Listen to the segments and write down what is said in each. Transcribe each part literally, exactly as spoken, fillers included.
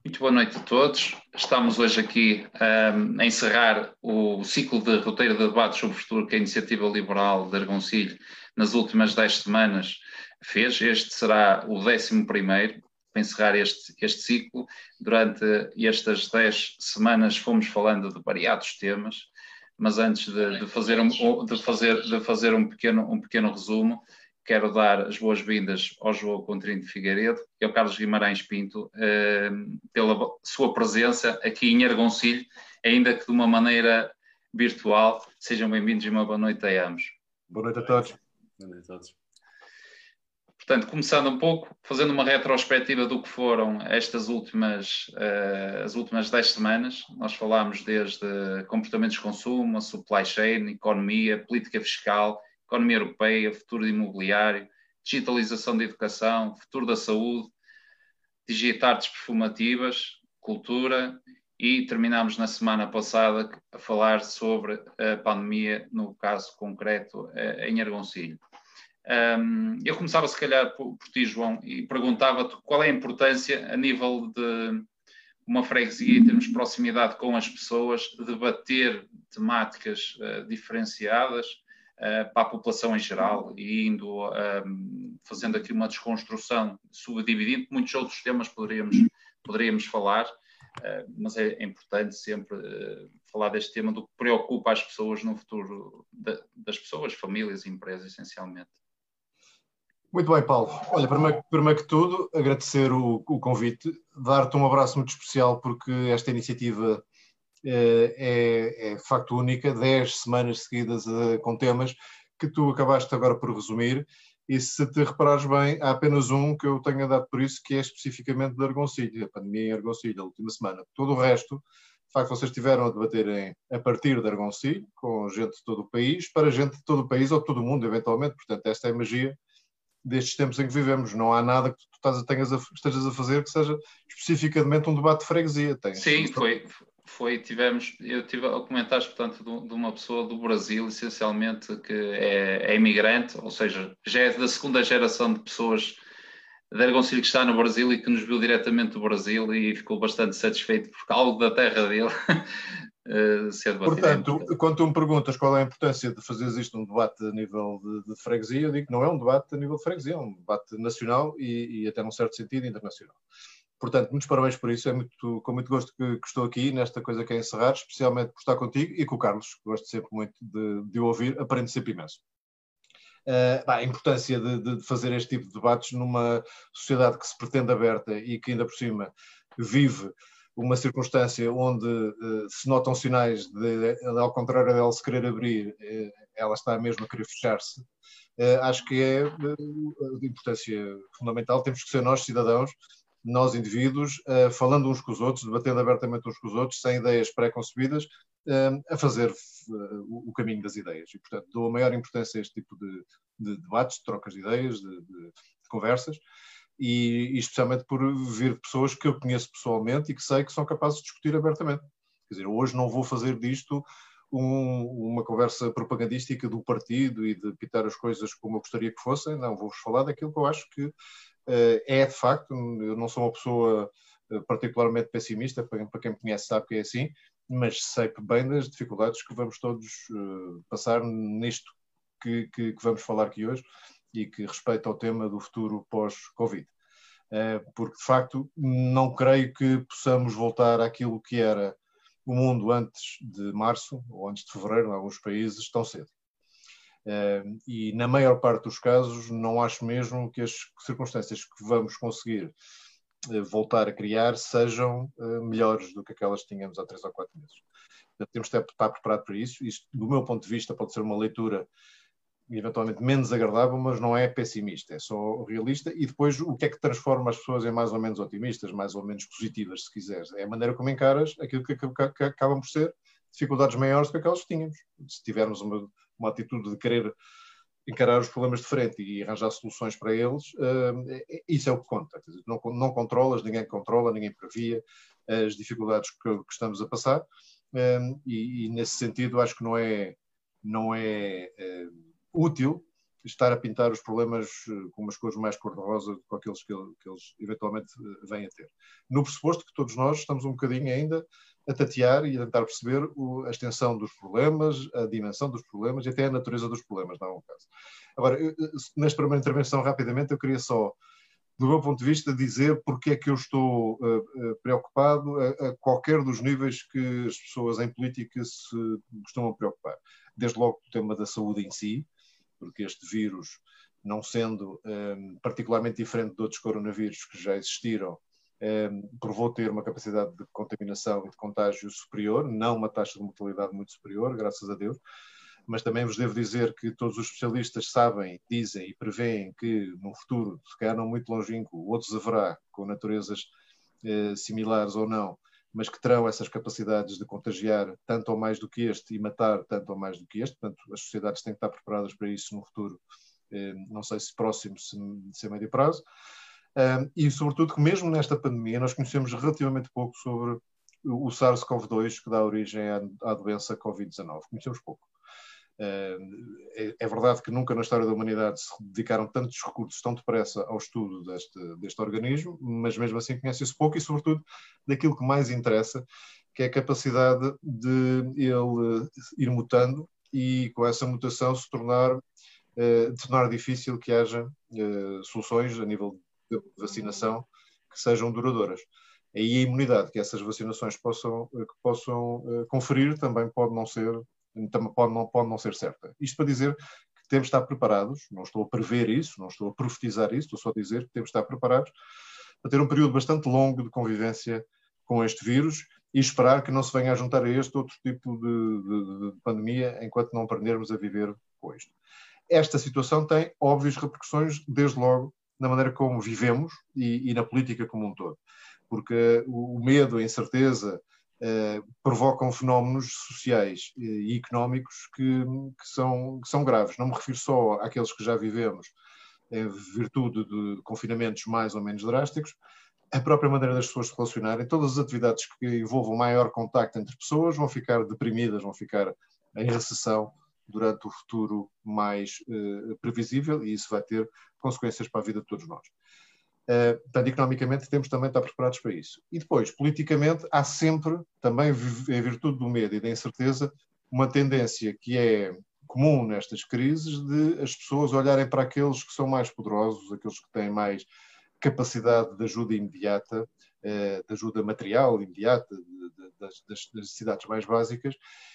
Muito boa noite a todos. Estamos hoje aqui um, a encerrar o ciclo de roteiro de debates sobre o futuro que a Iniciativa Liberal de Argoncilho nas últimas dez semanas fez. Este será o décimo primeiro para encerrar este, este ciclo. Durante estas dez semanas fomos falando de variados temas, mas antes de, de, fazer, um, de, fazer, de fazer um pequeno, um pequeno resumo, quero dar as boas-vindas ao João Coutinho de Figueiredo e ao Carlos Guimarães Pinto eh, pela sua presença aqui em Argoncilho, ainda que de uma maneira virtual. Sejam bem-vindos e uma boa noite a ambos. Boa noite a todos. Boa noite a todos. Portanto, começando um pouco, fazendo uma retrospectiva do que foram estas últimas, uh, as últimas dez semanas, nós falámos desde comportamentos de consumo, a supply chain, economia, política fiscal, economia europeia, futuro imobiliário, digitalização da educação, futuro da saúde, digitartes performativas, cultura, e terminámos na semana passada a falar sobre a pandemia, no caso concreto, em Argoncilho. Um, eu começava se calhar por, por ti, João, e perguntava-te qual é a importância a nível de uma freguesia, em termos de proximidade com as pessoas, de debater temáticas uh, diferenciadas uh, para a população em geral e indo, um, fazendo aqui uma desconstrução, subdividindo, muitos outros temas poderíamos, poderíamos falar, uh, mas é, é importante sempre uh, falar deste tema do que preocupa as pessoas no futuro de, das pessoas, famílias e empresas, essencialmente. Muito bem, Paulo. Olha, primeiro, primeiro que tudo, agradecer o, o convite, dar-te um abraço muito especial porque esta iniciativa é, é, é de facto única, dez semanas seguidas uh, com temas que tu acabaste agora por resumir, e se te reparares bem, há apenas um que eu tenho dado por isso, que é especificamente de Argoncilho, a pandemia em Argoncilho, a última semana. Todo o resto, de facto, vocês estiveram a debaterem a partir de Argoncilho, com gente de todo o país, para gente de todo o país ou de todo o mundo, eventualmente. Portanto, esta é a magia destes tempos em que vivemos. Não há nada que tu estás, tenhas a, estejas a fazer que seja especificamente um debate de freguesia. Tens, Sim, foi, foi, tivemos, eu tive a comentar, portanto, de, de uma pessoa do Brasil, essencialmente, que é, é imigrante, ou seja, já é da segunda geração de pessoas de Argoncilho que está no Brasil e que nos viu diretamente do Brasil e ficou bastante satisfeito porque algo da terra dele Uh, Portanto, quando tu me perguntas qual é a importância de fazer isto um debate a nível de, de freguesia, eu digo que não é um debate a nível de freguesia, é um debate nacional e, e até num certo sentido internacional. Portanto, muitos parabéns por isso, é muito, com muito gosto que, que estou aqui nesta coisa que é encerrar, especialmente por estar contigo e com o Carlos, que gosto sempre muito de, de o ouvir, aprendo sempre imenso. Uh, bah, a importância de, de fazer este tipo de debates numa sociedade que se pretende aberta e que ainda por cima vive uma circunstância onde uh, se notam sinais de, de, ao contrário dela se querer abrir, uh, ela está mesmo a querer fechar-se. Uh, acho que é uh, de importância fundamental. Temos que ser nós, cidadãos, nós indivíduos, uh, falando uns com os outros, debatendo abertamente uns com os outros, sem ideias pré-concebidas, uh, a fazer uh, o caminho das ideias. E, portanto, dou a maior importância a este tipo de, de debates, de trocas de ideias, de, de, de conversas. E, e especialmente por vir pessoas que eu conheço pessoalmente e que sei que são capazes de discutir abertamente. Quer dizer, hoje não vou fazer disto um, uma conversa propagandística do partido e de pitar as coisas como eu gostaria que fossem, não, vou-vos falar daquilo que eu acho que uh, é de facto. Eu não sou uma pessoa particularmente pessimista, para, para quem me conhece sabe que é assim, mas sei bem das dificuldades que vamos todos uh, passar nisto que, que, que vamos falar aqui hoje, e que respeita ao tema do futuro pós-Covid. Porque, de facto, não creio que possamos voltar àquilo que era o mundo antes de março, ou antes de fevereiro, em alguns países, tão cedo. E, na maior parte dos casos, não acho mesmo que as circunstâncias que vamos conseguir voltar a criar sejam melhores do que aquelas que tínhamos há três ou quatro meses. Portanto, temos de estar preparados para isso. Isto, do meu ponto de vista, pode ser uma leitura eventualmente menos agradável, mas não é pessimista, é só realista. E depois, o que é que transforma as pessoas em mais ou menos otimistas, mais ou menos positivas, se quiseres? É a maneira como encaras aquilo que, que, que acabam por ser dificuldades maiores do que aquelas que tínhamos. Se tivermos uma, uma atitude de querer encarar os problemas de frente e arranjar soluções para eles, uh, isso é o que conta. Quer dizer, não, não controlas, ninguém controla, ninguém previa as dificuldades que, que estamos a passar, uh, e, e nesse sentido acho que não é, não é uh, útil estar a pintar os problemas com umas cores mais cor-de-rosa do que aqueles que, que eles eventualmente vêm a ter. No pressuposto que todos nós estamos um bocadinho ainda a tatear e a tentar perceber o, a extensão dos problemas, a dimensão dos problemas e até a natureza dos problemas, não é um caso. Agora, nesta primeira intervenção, rapidamente, eu queria só, do meu ponto de vista, dizer porque é que eu estou uh, uh, preocupado a, a qualquer dos níveis que as pessoas em política se costumam preocupar. Desde logo o tema da saúde em si, porque este vírus, não sendo um, particularmente diferente de outros coronavírus que já existiram, um, provou ter uma capacidade de contaminação e de contágio superior, não uma taxa de mortalidade muito superior, graças a Deus, mas também vos devo dizer que todos os especialistas sabem, dizem e preveem que no futuro, se calhar não muito longínquo, outros haverá, com naturezas eh, similares ou não, mas que terão essas capacidades de contagiar tanto ou mais do que este e matar tanto ou mais do que este. Portanto, as sociedades têm que estar preparadas para isso no futuro, eh, não sei se próximo, se, se a médio prazo. Um, e, sobretudo, que mesmo nesta pandemia nós conhecemos relativamente pouco sobre o SARS-CoV dois que dá origem à, à doença covid dezanove. Conhecemos pouco. É, é verdade que nunca na história da humanidade se dedicaram tantos recursos tão depressa ao estudo deste, deste organismo, mas mesmo assim conhece-se pouco e, sobretudo, daquilo que mais interessa, que é a capacidade de ele ir mutando e, com essa mutação, se tornar, de tornar difícil que haja soluções a nível de vacinação que sejam duradouras. Aí a imunidade que essas vacinações possam, que possam conferir também pode não ser também pode não, pode não ser certa. Isto para dizer que temos de estar preparados, não estou a prever isso, não estou a profetizar isso, estou só a dizer que temos de estar preparados para ter um período bastante longo de convivência com este vírus e esperar que não se venha a juntar a este outro tipo de, de, de pandemia enquanto não aprendermos a viver com isto. Esta situação tem óbvias repercussões, desde logo, na maneira como vivemos e, e na política como um todo. Porque o medo, a incerteza, Uh, provocam fenómenos sociais uh, e económicos que, que, são, que são graves. Não me refiro só àqueles que já vivemos em virtude de confinamentos mais ou menos drásticos, a própria maneira das pessoas se relacionarem, todas as atividades que envolvam maior contacto entre pessoas vão ficar deprimidas, vão ficar em recessão durante o futuro mais uh, previsível e isso vai ter consequências para a vida de todos nós. Uh, portanto, economicamente temos também de estar preparados para isso. E depois, politicamente, há sempre, também em virtude do medo e da incerteza, uma tendência que é comum nestas crises de as pessoas olharem para aqueles que são mais poderosos, aqueles que têm mais capacidade de ajuda imediata, uh, de ajuda material imediata, de, de, das, das necessidades mais básicas,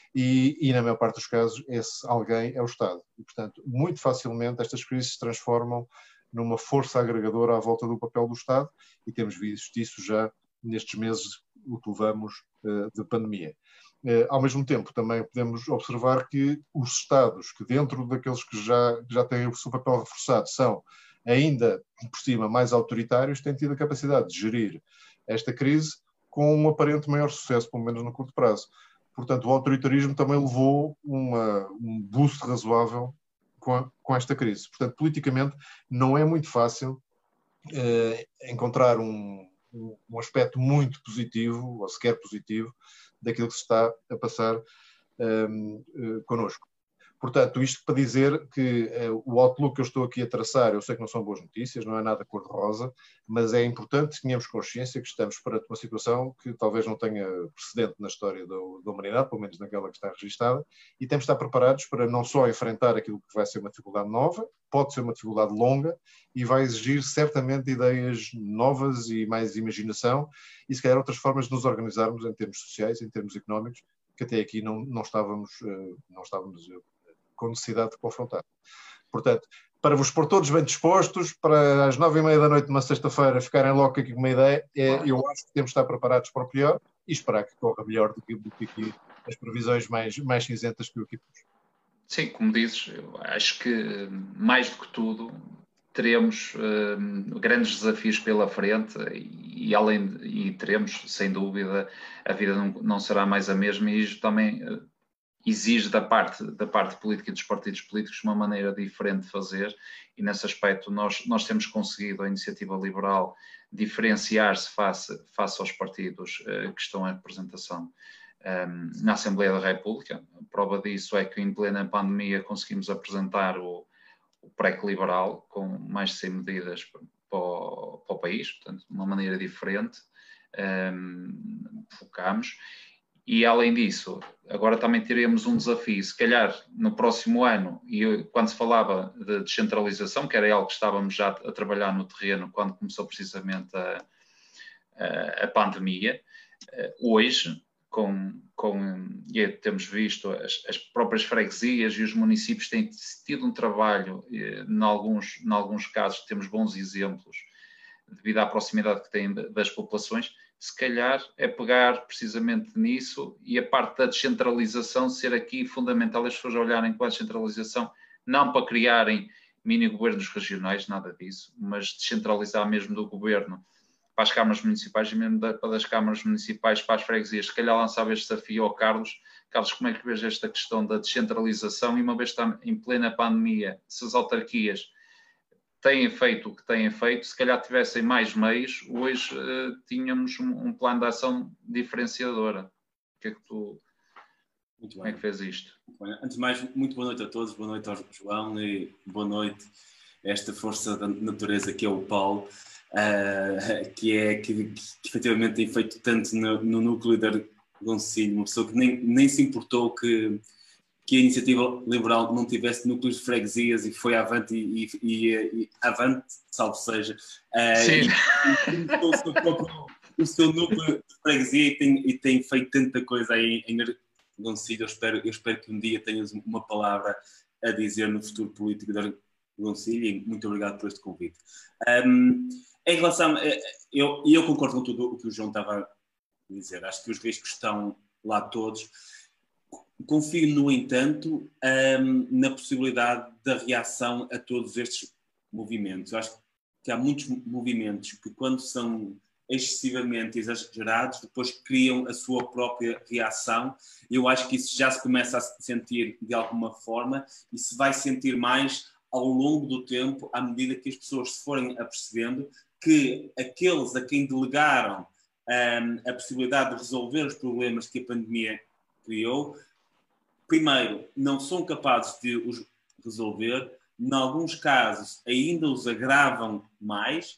e, e na maior parte dos casos esse alguém é o Estado. E, portanto, muito facilmente estas crises se transformam numa força agregadora à volta do papel do Estado e temos visto isso já nestes meses o que levamos uh, de pandemia. Uh, ao mesmo tempo, também podemos observar que os Estados, que dentro daqueles que já, já têm o seu papel reforçado, são ainda, por cima, mais autoritários, têm tido a capacidade de gerir esta crise com um aparente maior sucesso, pelo menos no curto prazo. Portanto, o autoritarismo também levou uma, um boost razoável Com, a, com esta crise. Portanto, politicamente, não é muito fácil eh, encontrar um, um aspecto muito positivo, ou sequer positivo, daquilo que se está a passar eh, eh, connosco. Portanto, isto para dizer que eh, o outlook que eu estou aqui a traçar, eu sei que não são boas notícias, não é nada cor-de-rosa, mas é importante que tenhamos consciência que estamos perante uma situação que talvez não tenha precedente na história da, da humanidade, pelo menos naquela que está registada, e temos de estar preparados para não só enfrentar aquilo que vai ser uma dificuldade nova, pode ser uma dificuldade longa e vai exigir certamente ideias novas e mais imaginação e se calhar outras formas de nos organizarmos em termos sociais, em termos económicos, que até aqui não, não estávamos, não estávamos com necessidade de confrontar. Portanto, para vos pôr todos bem dispostos, para às nove e meia da noite de uma sexta-feira ficarem logo aqui com uma ideia, é, eu acho que temos de estar preparados para o pior e esperar que corra melhor do que, do que aqui as previsões mais, mais cinzentas que eu aqui pus. Sim, como dizes, eu acho que mais do que tudo teremos uh, grandes desafios pela frente e, e além de, e teremos, sem dúvida, a vida não, não será mais a mesma e isto também uh, exige da parte, da parte política e dos partidos políticos uma maneira diferente de fazer e nesse aspecto nós, nós temos conseguido, a iniciativa liberal, diferenciar-se face, face aos partidos uh, que estão em representação um, na Assembleia da República. A prova disso é que em plena pandemia conseguimos apresentar o, o P R E C liberal, com mais de cem medidas para o, para o país, portanto, de uma maneira diferente, um, focamos. E, além disso, agora também teremos um desafio, se calhar no próximo ano, e quando se falava de descentralização, que era algo que estávamos já a trabalhar no terreno quando começou precisamente a, a, a pandemia, hoje, com, com, e temos visto as, as próprias freguesias e os municípios têm tido um trabalho, em alguns, em alguns casos temos bons exemplos, devido à proximidade que têm das populações. Se calhar é pegar precisamente nisso e a parte da descentralização ser aqui fundamental, as pessoas olharem para a descentralização, não para criarem mini-governos regionais, nada disso, mas descentralizar mesmo do governo para as câmaras municipais e mesmo da, para das câmaras municipais para as freguesias. Se calhar lançava este desafio ao Carlos. Carlos, como é que vês esta questão da descentralização? E uma vez está em plena pandemia, se as autarquias têm feito o que têm feito, se calhar tivessem mais meios, hoje uh, tínhamos um, um plano de ação diferenciadora. O que é que tu... Muito como é que fez isto? Bem, antes de mais, muito boa noite a todos, boa noite ao João e boa noite a esta força da natureza que é o Paulo, uh, que é que, que, que efetivamente tem feito tanto no, no núcleo da Conselho, uma pessoa que nem, nem se importou que que a iniciativa liberal não tivesse núcleos de freguesias e foi avante e, e, e, e avante, salvo seja, uh, Sim. e, e o, seu próprio, o seu núcleo de freguesia e tem, e tem feito tanta coisa aí em Argoncilho. Eu espero, eu espero que um dia tenhas uma palavra a dizer no futuro político de Argoncilho e muito obrigado por este convite. Um, em relação, eu, eu concordo com tudo o que o João estava a dizer, acho que os riscos estão lá todos. Confio, no entanto, um, na possibilidade da reação a todos estes movimentos. Eu acho que há muitos movimentos que, quando são excessivamente exagerados, depois criam a sua própria reação. Eu acho que isso já se começa a sentir de alguma forma e se vai sentir mais ao longo do tempo, à medida que as pessoas se forem apercebendo que aqueles a quem delegaram um, a possibilidade de resolver os problemas que a pandemia criou, primeiro, não são capazes de os resolver, em alguns casos ainda os agravam mais,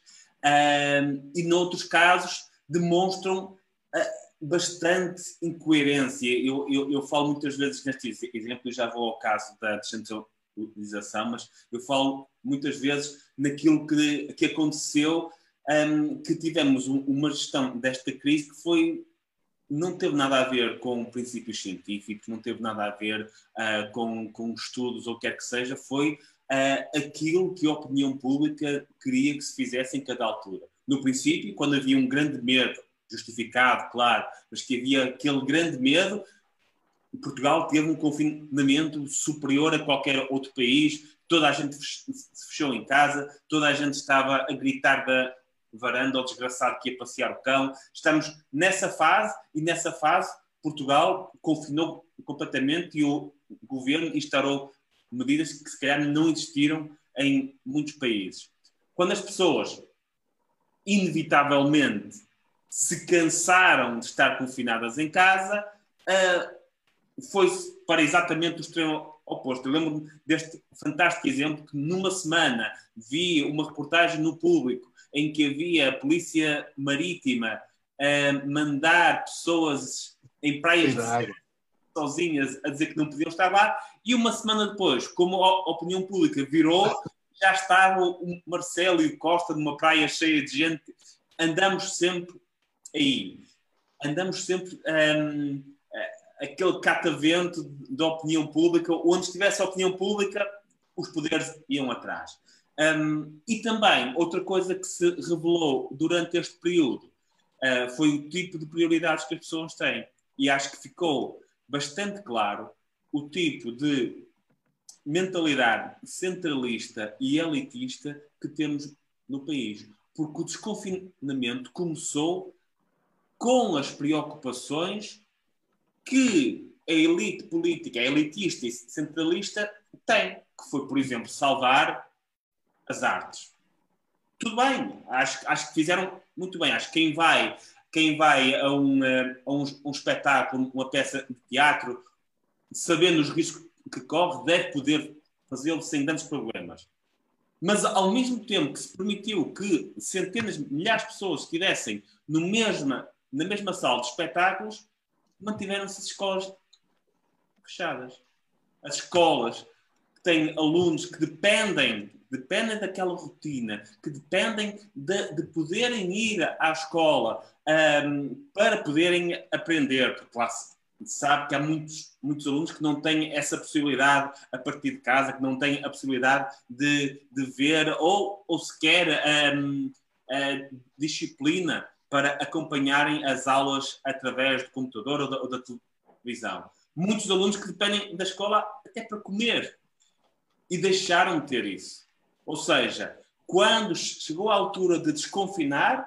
um, e noutros casos demonstram uh, bastante incoerência. Eu, eu, eu falo muitas vezes neste exemplo, eu já vou ao caso da descentralização, mas eu falo muitas vezes naquilo que, que aconteceu, um, que tivemos um, uma gestão desta crise que foi... não teve nada a ver com princípios científicos, não teve nada a ver uh, com, com estudos ou o que quer que seja, foi uh, aquilo que a opinião pública queria que se fizesse em cada altura. No princípio, quando havia um grande medo, justificado, claro, mas que havia aquele grande medo, Portugal teve um confinamento superior a qualquer outro país, toda a gente se fechou em casa, toda a gente estava a gritar da varanda ao desgraçado que ia passear o cão. Estamos nessa fase e nessa fase Portugal confinou completamente e o governo instaurou medidas que se calhar não existiram em muitos países. Quando as pessoas inevitavelmente se cansaram de estar confinadas em casa, uh, foi-se para exatamente o extremo oposto. Eu lembro-me deste fantástico exemplo que numa semana vi uma reportagem no Público em que havia a polícia marítima a mandar pessoas em praias sozinhas a dizer que não podiam estar lá, e uma semana depois, como a opinião pública virou, já estava o Marcelo e o Costa numa praia cheia de gente. Andamos sempre aí. Andamos sempre... Um, aquele catavento da opinião pública, onde estivesse a opinião pública, os poderes iam atrás. Um, e também, outra coisa que se revelou durante este período uh, foi o tipo de prioridades que as pessoas têm. E acho que ficou bastante claro o tipo de mentalidade centralista e elitista que temos no país. Porque o desconfinamento começou com as preocupações que a elite política, a elitista e centralista tem, que foi, por exemplo, salvar as artes. Tudo bem, acho, acho que fizeram muito bem. Acho que quem vai, quem vai a, um, a um, um espetáculo, uma peça de teatro, sabendo os riscos que corre, deve poder fazê-lo sem grandes problemas. Mas, ao mesmo tempo que se permitiu que centenas, milhares de pessoas estivessem no mesma, na mesma sala de espetáculos, mantiveram-se as escolas fechadas. As escolas que têm alunos que dependem, dependem daquela rotina, que dependem de, de poderem ir à escola um, para poderem aprender, porque lá se sabe que há muitos, muitos alunos que não têm essa possibilidade a partir de casa, que não têm a possibilidade de, de ver ou, ou sequer um, a disciplina para acompanharem as aulas através do computador ou da, ou da televisão. Muitos alunos que dependem da escola até para comer e deixaram de ter isso. Ou seja, quando chegou a altura de desconfinar,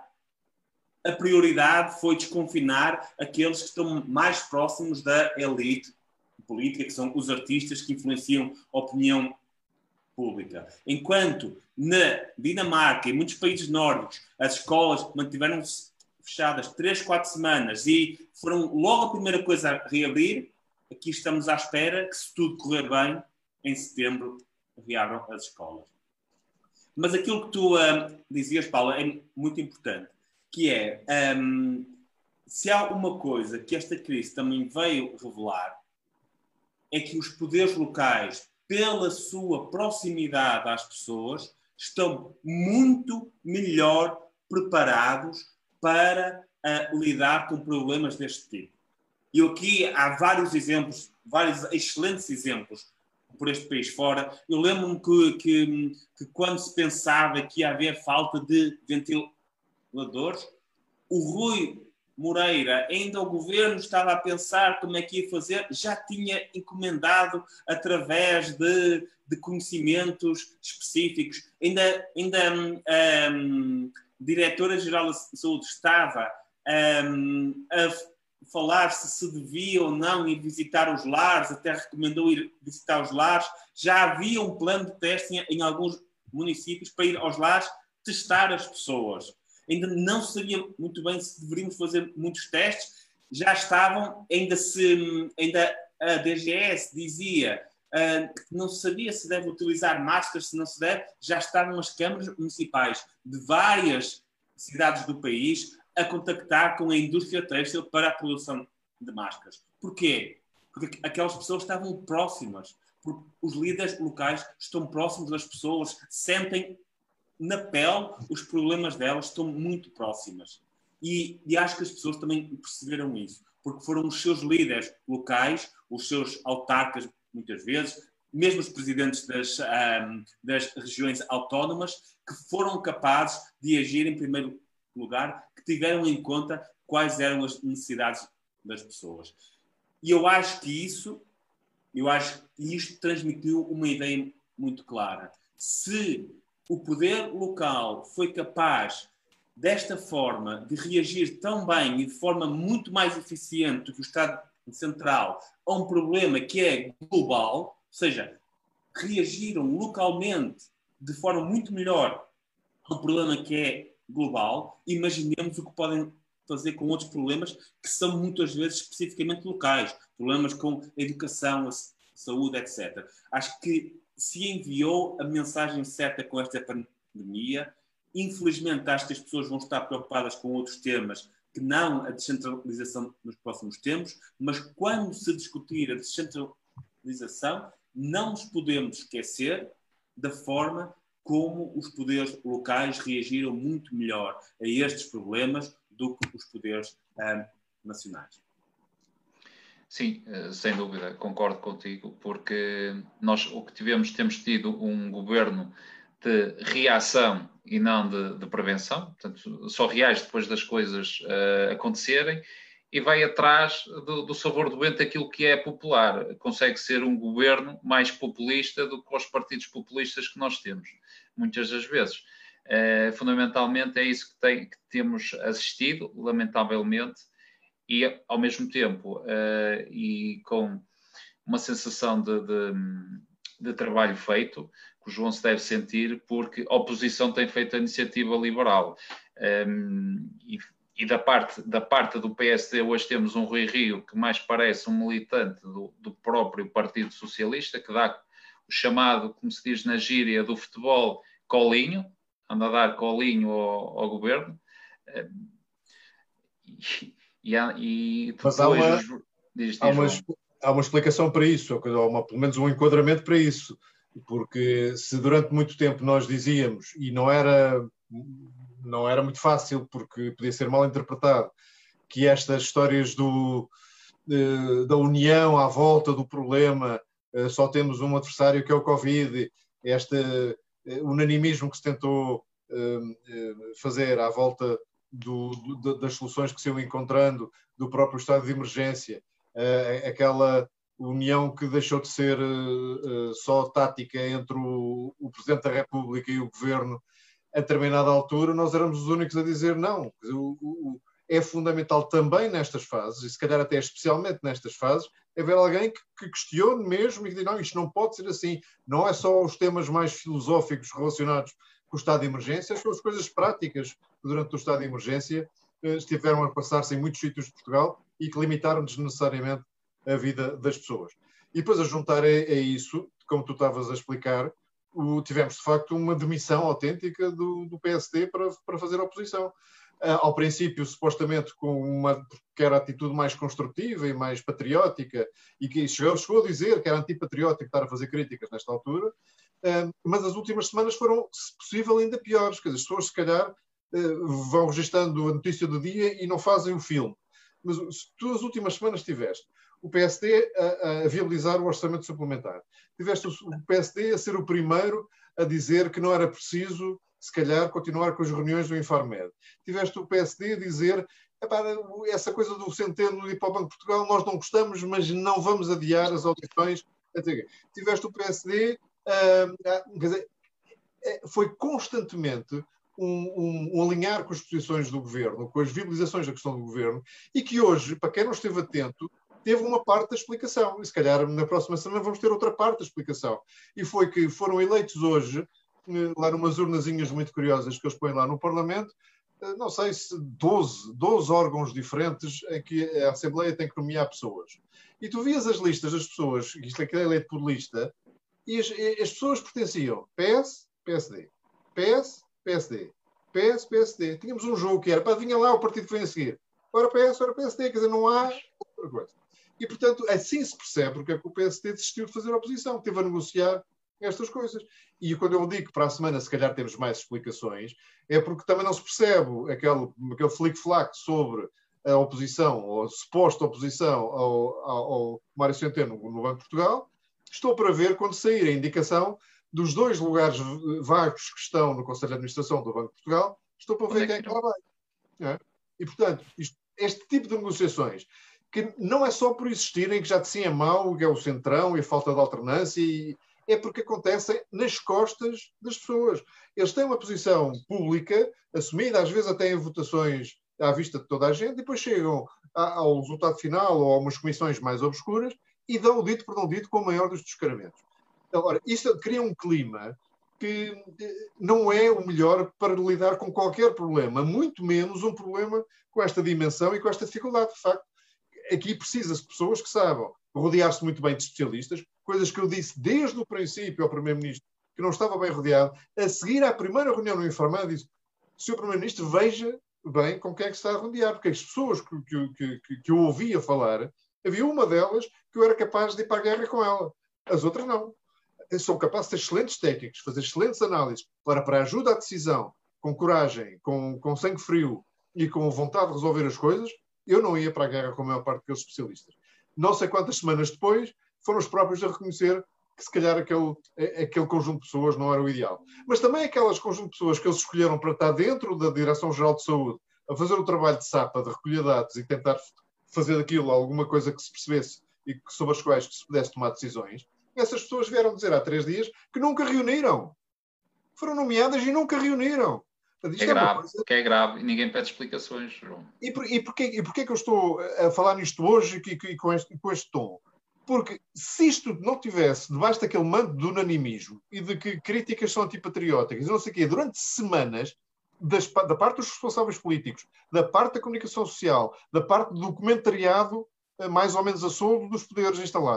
a prioridade foi desconfinar aqueles que estão mais próximos da elite política, que são os artistas que influenciam a opinião pública. Enquanto na Dinamarca e muitos países nórdicos as escolas mantiveram-se fechadas três, quatro semanas e foram logo a primeira coisa a reabrir, aqui estamos à espera que, se tudo correr bem, em setembro reabram as escolas. Mas aquilo que tu uh, dizias, Paulo, é muito importante, que é, um, se há uma coisa que esta crise também veio revelar, é que os poderes locais, pela sua proximidade às pessoas, estão muito melhor preparados para uh, lidar com problemas deste tipo. E aqui há vários exemplos, vários excelentes exemplos por este país fora. Eu lembro-me que, que, que quando se pensava que ia haver falta de ventiladores, o Rui Moreira, ainda o governo estava a pensar como é que ia fazer, já tinha encomendado através de, de conhecimentos específicos. Ainda, ainda um, um, a Diretora-Geral da Saúde estava um, a falar se se devia ou não ir visitar os lares, até recomendou ir visitar os lares. Já havia um plano de teste em, em alguns municípios para ir aos lares testar as pessoas. Ainda não sabia muito bem se deveríamos fazer muitos testes. Já estavam, ainda, se, ainda a D G S dizia uh, que não se sabia se deve utilizar máscaras, se não se deve. Já estavam as câmaras municipais de várias cidades do país a contactar com a indústria têxtil para a produção de máscaras. Porquê? Porque aquelas pessoas estavam próximas. Porque os líderes locais estão próximos das pessoas, sentem na pele os problemas delas, estão muito próximas. E, e acho que as pessoas também perceberam isso, porque foram os seus líderes locais, os seus autarcas, muitas vezes, mesmo os presidentes das, um, das regiões autónomas, que foram capazes de agir em primeiro lugar, que tiveram em conta quais eram as necessidades das pessoas. E eu acho que isso, eu acho que isto transmitiu uma ideia muito clara. Se o poder local foi capaz, desta forma, de reagir tão bem e de forma muito mais eficiente do que o Estado Central a um problema que é global, ou seja, reagiram localmente de forma muito melhor a um problema que é global, imaginemos o que podem fazer com outros problemas que são muitas vezes especificamente locais, problemas com a educação, a saúde, etcétera. Acho que se enviou a mensagem certa com esta pandemia. Infelizmente, acho que as pessoas vão estar preocupadas com outros temas que não a descentralização nos próximos tempos, mas quando se discutir a descentralização, não nos podemos esquecer da forma como os poderes locais reagiram muito melhor a estes problemas do que os poderes um, nacionais. Sim, sem dúvida, concordo contigo, porque nós o que tivemos, temos tido um governo de reação e não de, de prevenção, portanto, só reage depois das coisas uh, acontecerem e vai atrás do, do sabor doente daquilo que é popular. Consegue ser um governo mais populista do que os partidos populistas que nós temos, muitas das vezes. Uh, fundamentalmente é isso que, tem, que temos assistido, lamentavelmente, e ao mesmo tempo, uh, e com uma sensação de, de, de trabalho feito, que o João se deve sentir, porque a oposição tem feito a iniciativa liberal. Um, e, e da parte, da parte do P S D hoje temos um Rui Rio que mais parece um militante do, do próprio Partido Socialista, que dá o chamado, como se diz na gíria do futebol, colinho, anda a dar colinho ao, ao governo. E, e, e depois... Mas há uma, os, diz, diz, há, uma, há uma explicação para isso, ou uma, pelo menos um enquadramento para isso, porque se durante muito tempo nós dizíamos, e não era, não era muito fácil, porque podia ser mal interpretado, que estas histórias do, da união à volta do problema, só temos um adversário que é o Covid, este unanimismo que se tentou fazer à volta do, do, das soluções que se iam encontrando, do próprio estado de emergência, aquela união que deixou de ser só tática entre o, o Presidente da República e o Governo, a determinada altura nós éramos os únicos a dizer não. O, o, é fundamental também nestas fases, e se calhar até especialmente nestas fases, haver alguém que, que questione mesmo e que diga, não, isto não pode ser assim. Não é só os temas mais filosóficos relacionados com o estado de emergência, são as coisas práticas que durante o estado de emergência estiveram a passar-se em muitos sítios de Portugal e que limitaram desnecessariamente a vida das pessoas. E depois a juntar a, a isso, como tu estavas a explicar, o, tivemos de facto uma demissão autêntica do, do P S D para, para fazer oposição. Ao princípio, supostamente, com uma que era atitude mais construtiva e mais patriótica, e que chegou, chegou a dizer que era antipatriótico estar a fazer críticas nesta altura, mas as últimas semanas foram, se possível, ainda piores. Quer dizer, as pessoas, se calhar, vão registando a notícia do dia e não fazem o filme. Mas se tu as últimas semanas tiveste o P S D a, a viabilizar o orçamento suplementar, tiveste o P S D a ser o primeiro a dizer que não era preciso, se calhar, continuar com as reuniões do Infarmed. Tiveste o P S D a dizer essa coisa do Centeno de ir para o Banco de Portugal, nós não gostamos, mas não vamos adiar as audições. Tiveste o P S D, uh, quer dizer, foi constantemente um, um, um alinhar com as posições do governo, com as viabilizações da questão do governo, e que hoje, para quem não esteve atento, teve uma parte da explicação. E se calhar na próxima semana vamos ter outra parte da explicação. E foi que foram eleitos hoje, lá numas urnazinhas muito curiosas que eles põem lá no Parlamento, não sei se doze, doze órgãos diferentes em que a Assembleia tem que nomear pessoas. E tu vias as listas das pessoas, isto é que é eleito por lista, e as, as pessoas pertenciam P S, P S D, P S, P S D, P S, P S D. Tínhamos um jogo que era, pá, vinha lá o partido que vem a seguir. Ora P S, ora P S D, quer dizer, não há outra coisa. E, portanto, assim se percebe porque é que o P S D desistiu de fazer oposição, teve a negociar estas coisas. E quando eu digo que para a semana se calhar temos mais explicações, é porque também não se percebe aquele, aquele flic-flac sobre a oposição, ou a suposta oposição ao, ao, ao Mário Centeno no Banco de Portugal. Estou para ver quando sair a indicação dos dois lugares vagos que estão no Conselho de Administração do Banco de Portugal, estou para ver quem é que lá vai. É? E, portanto, isto, este tipo de negociações, que não é só por existirem, que já de si é mau, que é o centrão e a falta de alternância, e é porque acontecem nas costas das pessoas. Eles têm uma posição pública, assumida, às vezes até em votações à vista de toda a gente, e depois chegam ao resultado final ou a umas comissões mais obscuras e dão o dito por não dito com o maior dos descaramentos. Agora, isso cria um clima que não é o melhor para lidar com qualquer problema, muito menos um problema com esta dimensão e com esta dificuldade. De facto, aqui precisa-se de pessoas que saibam rodear-se muito bem de especialistas, coisas que eu disse desde o princípio ao Primeiro-Ministro, que não estava bem rodeado. A seguir à primeira reunião no Infarmed, disse: senhor Primeiro-Ministro, veja bem com quem é que está a rodear, porque as pessoas que, que, que, que eu ouvia falar, havia uma delas que eu era capaz de ir para a guerra com ela. As outras não. Eu sou capaz de ter excelentes técnicos, fazer excelentes análises para, para ajuda à decisão, com coragem, com, com sangue frio e com vontade de resolver as coisas. Eu não ia para a guerra com a maior parte daqueles especialistas. Não sei quantas semanas depois foram os próprios a reconhecer que se calhar aquele, aquele conjunto de pessoas não era o ideal. Mas também aquelas conjunto de pessoas que eles escolheram para estar dentro da Direção-Geral de Saúde a fazer o trabalho de sapa, de recolher dados e tentar fazer daquilo alguma coisa que se percebesse e sobre as quais se pudesse tomar decisões, essas pessoas vieram dizer há três dias que nunca reuniram. Foram nomeadas e nunca reuniram. É grave, é que é grave e ninguém pede explicações, João. E, por, e, porquê, e porquê que eu estou a falar nisto hoje e, e com, este, com este tom? Porque se isto não tivesse debaixo daquele manto de unanimismo e de que críticas são antipatrióticas e não sei o quê, durante semanas, das, da parte dos responsáveis políticos, da parte da comunicação social, da parte do documentariado mais ou menos a soldo dos poderes instalados,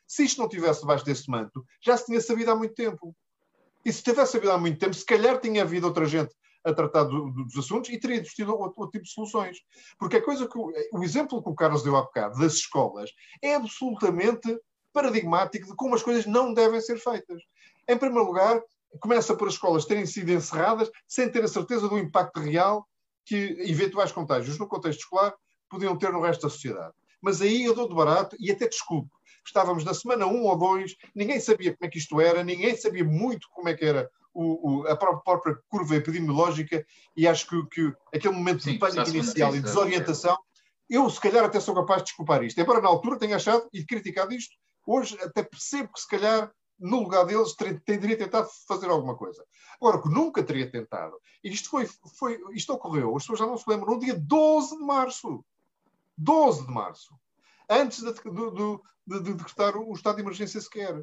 Se isto não tivesse debaixo deste manto, já se tinha sabido há muito tempo. E se tivesse sabido há muito tempo, se calhar tinha havido outra gente a tratar do, do, dos assuntos e teria existido outro, outro tipo de soluções. Porque a coisa que o, o exemplo que o Carlos deu há bocado das escolas é absolutamente paradigmático de como as coisas não devem ser feitas. Em primeiro lugar, começa por as escolas terem sido encerradas sem ter a certeza do impacto real que eventuais contágios no contexto escolar podiam ter no resto da sociedade. Mas aí eu dou de barato e até desculpo. Estávamos na semana um ou dois, ninguém sabia como é que isto era, ninguém sabia muito como é que era o, o, a própria curva epidemiológica e acho que, que aquele momento Sim, de pânico inicial e desorientação, eu se calhar até sou capaz de desculpar isto. Embora na altura tenha achado e criticado isto, hoje até percebo que se calhar no lugar deles teria tentado fazer alguma coisa. Agora, o que nunca teria tentado, e isto, foi, foi, isto ocorreu, as pessoas já não se lembram, no dia doze de março. doze de março. Antes de, de, de, de decretar o estado de emergência sequer.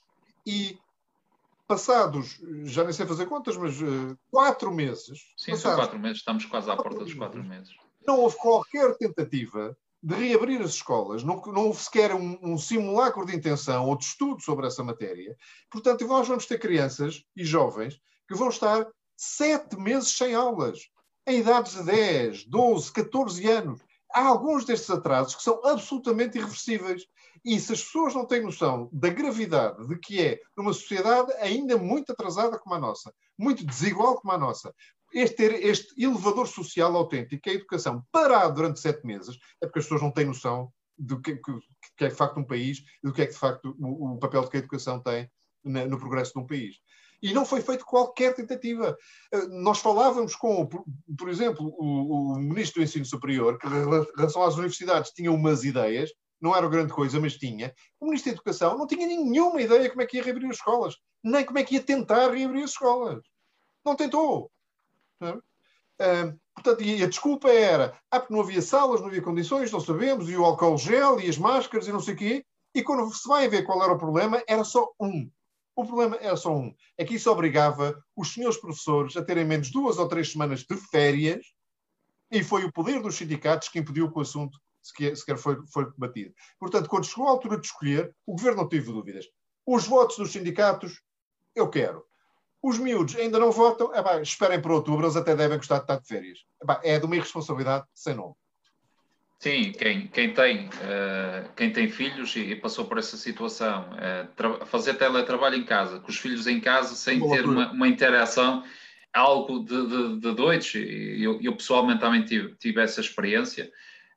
E passados, já nem sei fazer contas, mas uh, quatro meses... Sim, passados, são quatro meses, estamos quase à porta dos quatro meses. Não houve qualquer tentativa de reabrir as escolas, não, não houve sequer um, um simulacro de intenção ou de estudo sobre essa matéria. Portanto, nós vamos ter crianças e jovens que vão estar sete meses sem aulas, em idades de dez, doze, catorze anos. Há alguns destes atrasos que são absolutamente irreversíveis. E se as pessoas não têm noção da gravidade de que é numa sociedade ainda muito atrasada como a nossa, muito desigual como a nossa, este, ter este elevador social autêntico, que é a educação, parado durante sete meses, é porque as pessoas não têm noção do que, que, que é de facto um país e do que é que de facto o, o papel que a educação tem na, no progresso de um país. E não foi feito qualquer tentativa. Nós falávamos com, por, por exemplo, o, o Ministro do Ensino Superior, que em relação às universidades tinha umas ideias, não era grande coisa, mas tinha. O Ministro da Educação não tinha nenhuma ideia como é que ia reabrir as escolas, nem como é que ia tentar reabrir as escolas. Não tentou. Não é? uh, portanto, e a desculpa era, ah, porque não havia salas, não havia condições, não sabemos, e o álcool gel, e as máscaras, e não sei o quê. E quando se vai ver qual era o problema, era só um. O problema era só um. É que isso obrigava os senhores professores a terem menos duas ou três semanas de férias e foi o poder dos sindicatos que impediu que o assunto sequer, sequer foi, foi debatido. Portanto, quando chegou a altura de escolher, o governo não teve dúvidas. Os votos dos sindicatos, eu quero. Os miúdos ainda não votam, é pá, esperem para outubro, eles até devem gostar de estar de férias. É, pá, é de uma irresponsabilidade sem nome. Sim, quem, quem, tem, uh, quem tem filhos e, e passou por essa situação, uh, fazer teletrabalho em casa, com os filhos em casa, sem Boa ter uma, uma interação, algo de, de, de doidos, e eu, eu pessoalmente também tive, tive essa experiência,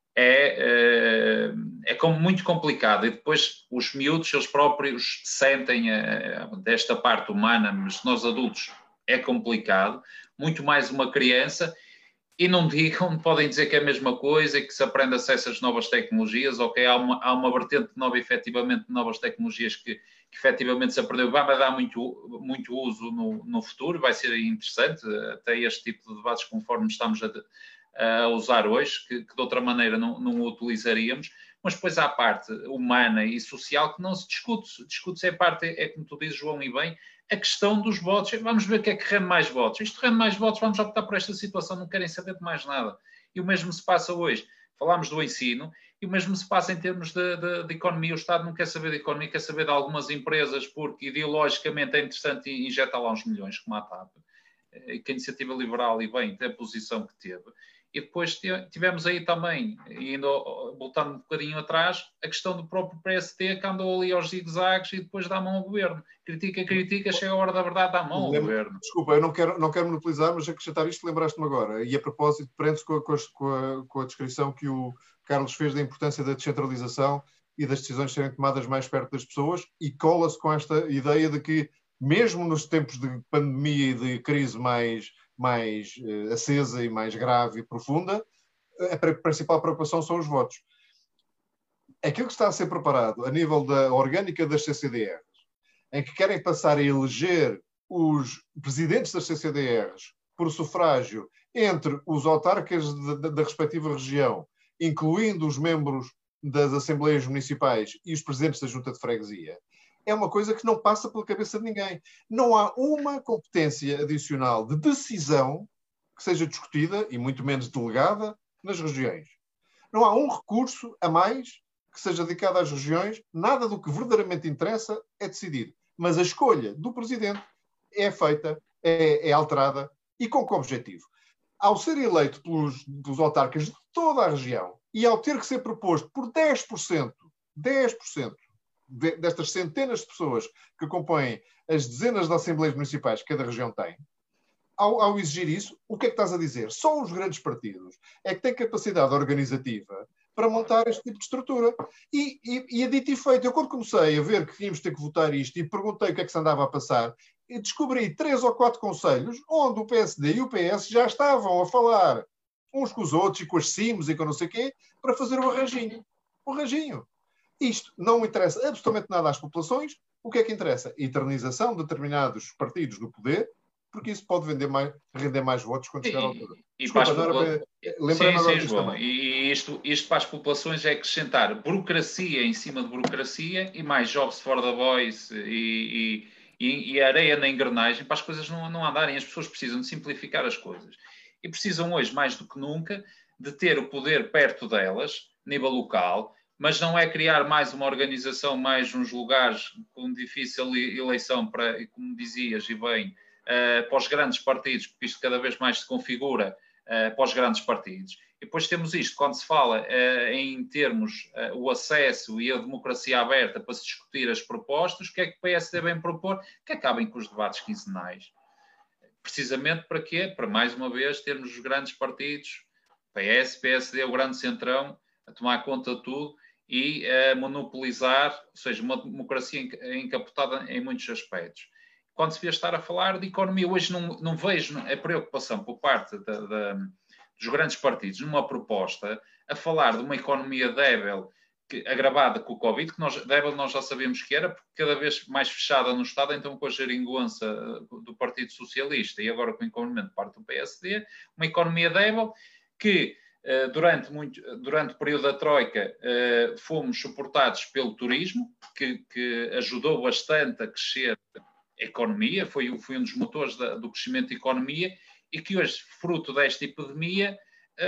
é, uh, é como muito complicado. E depois os miúdos, eles próprios sentem uh, desta parte humana, mas nós adultos é complicado, muito mais uma criança. E não digam, podem dizer que é a mesma coisa e que se aprende acesso às novas tecnologias, ok, há uma, há uma vertente nova, efetivamente, de novas tecnologias que, que efetivamente se aprendeu, vai dar muito, muito uso no, no futuro, vai ser interessante, até este tipo de debates conforme estamos a, a usar hoje, que, que de outra maneira não, não o utilizaríamos, mas depois há a parte humana e social que não se discute, discute-se a parte, é como tu dizes, João, e bem, a questão dos votos. Vamos ver o que é que rende mais votos. Isto rende mais votos, vamos optar por esta situação, não querem saber de mais nada. E o mesmo se passa hoje. Falámos do ensino e o mesmo se passa em termos de, de, de economia. O Estado não quer saber de economia, quer saber de algumas empresas porque ideologicamente é interessante injetar lá uns milhões, como a T A P. Que a Iniciativa Liberal, e bem, tem a posição que teve. E depois tivemos aí também, indo, voltando um bocadinho atrás, a questão do próprio P S D, que andou ali aos zigue-zagues e depois dá a mão ao governo. Critica, critica, chega a hora da verdade, dá a mão ao Lembra, governo. Desculpa, eu não quero, não quero monopolizar, mas acrescentar isto, lembraste-me agora. E a propósito, prende-se com, com, a, com a descrição que o Carlos fez da importância da descentralização e das decisões serem tomadas mais perto das pessoas e cola-se com esta ideia de que, mesmo nos tempos de pandemia e de crise mais... mais uh, acesa e mais grave e profunda, a principal preocupação são os votos. Aquilo que está a ser preparado a nível da orgânica das C C D Rs, em que querem passar a eleger os presidentes das C C D Rs por sufrágio entre os autarcas da, da respectiva região, incluindo os membros das Assembleias Municipais e os presidentes da Junta de Freguesia, é uma coisa que não passa pela cabeça de ninguém. Não há uma competência adicional de decisão que seja discutida, e muito menos delegada, nas regiões. Não há um recurso a mais que seja dedicado às regiões, nada do que verdadeiramente interessa é decidido. Mas a escolha do Presidente é feita, é, é alterada, e com que objetivo? Ao ser eleito pelos, pelos autarcas de toda a região e ao ter que ser proposto por dez por cento, dez por cento de, destas centenas de pessoas que compõem as dezenas de assembleias municipais que cada região tem, ao, ao exigir isso, o que é que estás a dizer? Só os grandes partidos é que têm capacidade organizativa para montar este tipo de estrutura. E, e, e é dito e feito. Eu, quando comecei a ver que tínhamos de ter que votar isto e perguntei o que é que se andava a passar, e descobri três ou quatro conselhos onde o P S D e o P S já estavam a falar uns com os outros e com as cimos e com não sei o quê, para fazer um arranjinho. Um arranjinho. Isto não interessa absolutamente nada às populações. O que é que interessa? A eternização de determinados partidos no poder, porque isso pode vender mais, render mais votos quando chegar à altura. E, Desculpa, e para não era para... Lembrei-me agora disto João, também. E isto, isto para as populações é acrescentar burocracia em cima de burocracia e mais jobs for the boys e, e, e areia na engrenagem para as coisas não, não andarem. As pessoas precisam de simplificar as coisas. E precisam hoje, mais do que nunca, de ter o poder perto delas, nível local, mas não é criar mais uma organização, mais uns lugares com difícil eleição, para, como dizias, e bem, uh, para os grandes partidos, porque isto cada vez mais se configura uh, para os grandes partidos. E depois temos isto, quando se fala uh, em termos uh, o acesso e a democracia aberta para se discutir as propostas, o que é que o P S D vem propor? Que acabem com os debates quinzenais. Precisamente para quê? Para, mais uma vez, termos os grandes partidos, P S, P S D, o grande centrão, a tomar conta de tudo e a monopolizar, ou seja, uma democracia encapotada em muitos aspectos. Quando se vê estar a falar de economia, hoje não, não vejo a preocupação por parte da, da, dos grandes partidos numa proposta a falar de uma economia débil, que, agravada com o Covid, que nós, débil nós já sabemos que era, porque cada vez mais fechada no Estado, então com a geringonça do Partido Socialista e agora com o incumprimento de parte do P S D, uma economia débil que Durante, muito, durante o período da Troika, uh, fomos suportados pelo turismo, que, que ajudou bastante a crescer a economia, foi, foi um dos motores da, do crescimento da economia, e que hoje, fruto desta epidemia,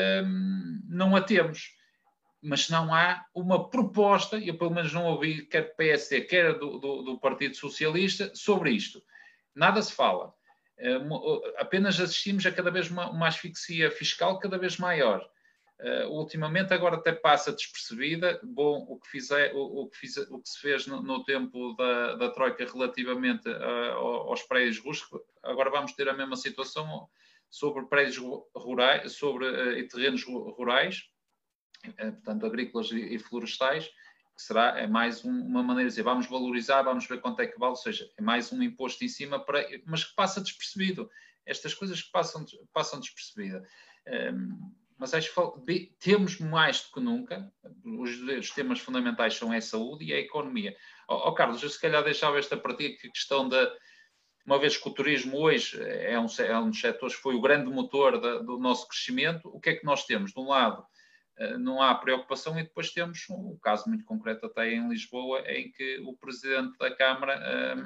um, não a temos. Mas não há uma proposta, eu pelo menos não ouvi, quer do P S D, quer do, do, do Partido Socialista, sobre isto. Nada se fala. Uh, apenas assistimos a cada vez uma, uma asfixia fiscal cada vez maior. Uh, ultimamente agora até passa despercebida. Bom, o que, fizer, o, o que, fiz, o que se fez no, no tempo da, da Troika relativamente uh, aos prédios rústicos, agora vamos ter a mesma situação sobre prédios rurais, sobre uh, terrenos rurais, uh, portanto agrícolas e, e florestais, que será é mais um, uma maneira de dizer, vamos valorizar, vamos ver quanto é que vale, ou seja, é mais um imposto em cima, para, mas que passa despercebido. Estas coisas que passam, passam despercebidas. Um, Mas acho que temos mais do que nunca, os, os temas fundamentais são a saúde e a economia. Ó oh, Carlos, eu se calhar deixava esta partida que a questão da, uma vez que o turismo hoje é um, é um dos setores que foi o grande motor da, do nosso crescimento, o que é que nós temos? De um lado, não há preocupação e depois temos um caso muito concreto até em Lisboa, em que o Presidente da Câmara,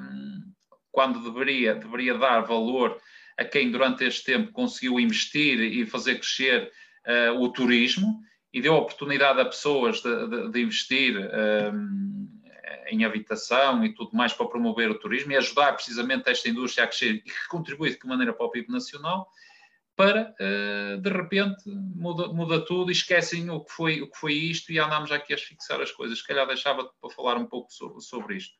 quando deveria, deveria dar valor a quem durante este tempo conseguiu investir e fazer crescer Uh, o turismo e deu oportunidade a pessoas de, de, de investir um, em habitação e tudo mais para promover o turismo e ajudar precisamente esta indústria a crescer e que contribui de que maneira para o P I B nacional, para, uh, de repente, muda, muda tudo e esquecem o que, foi, o que foi isto e andamos aqui a fixar as coisas. Se calhar deixava para falar um pouco sobre, sobre isto.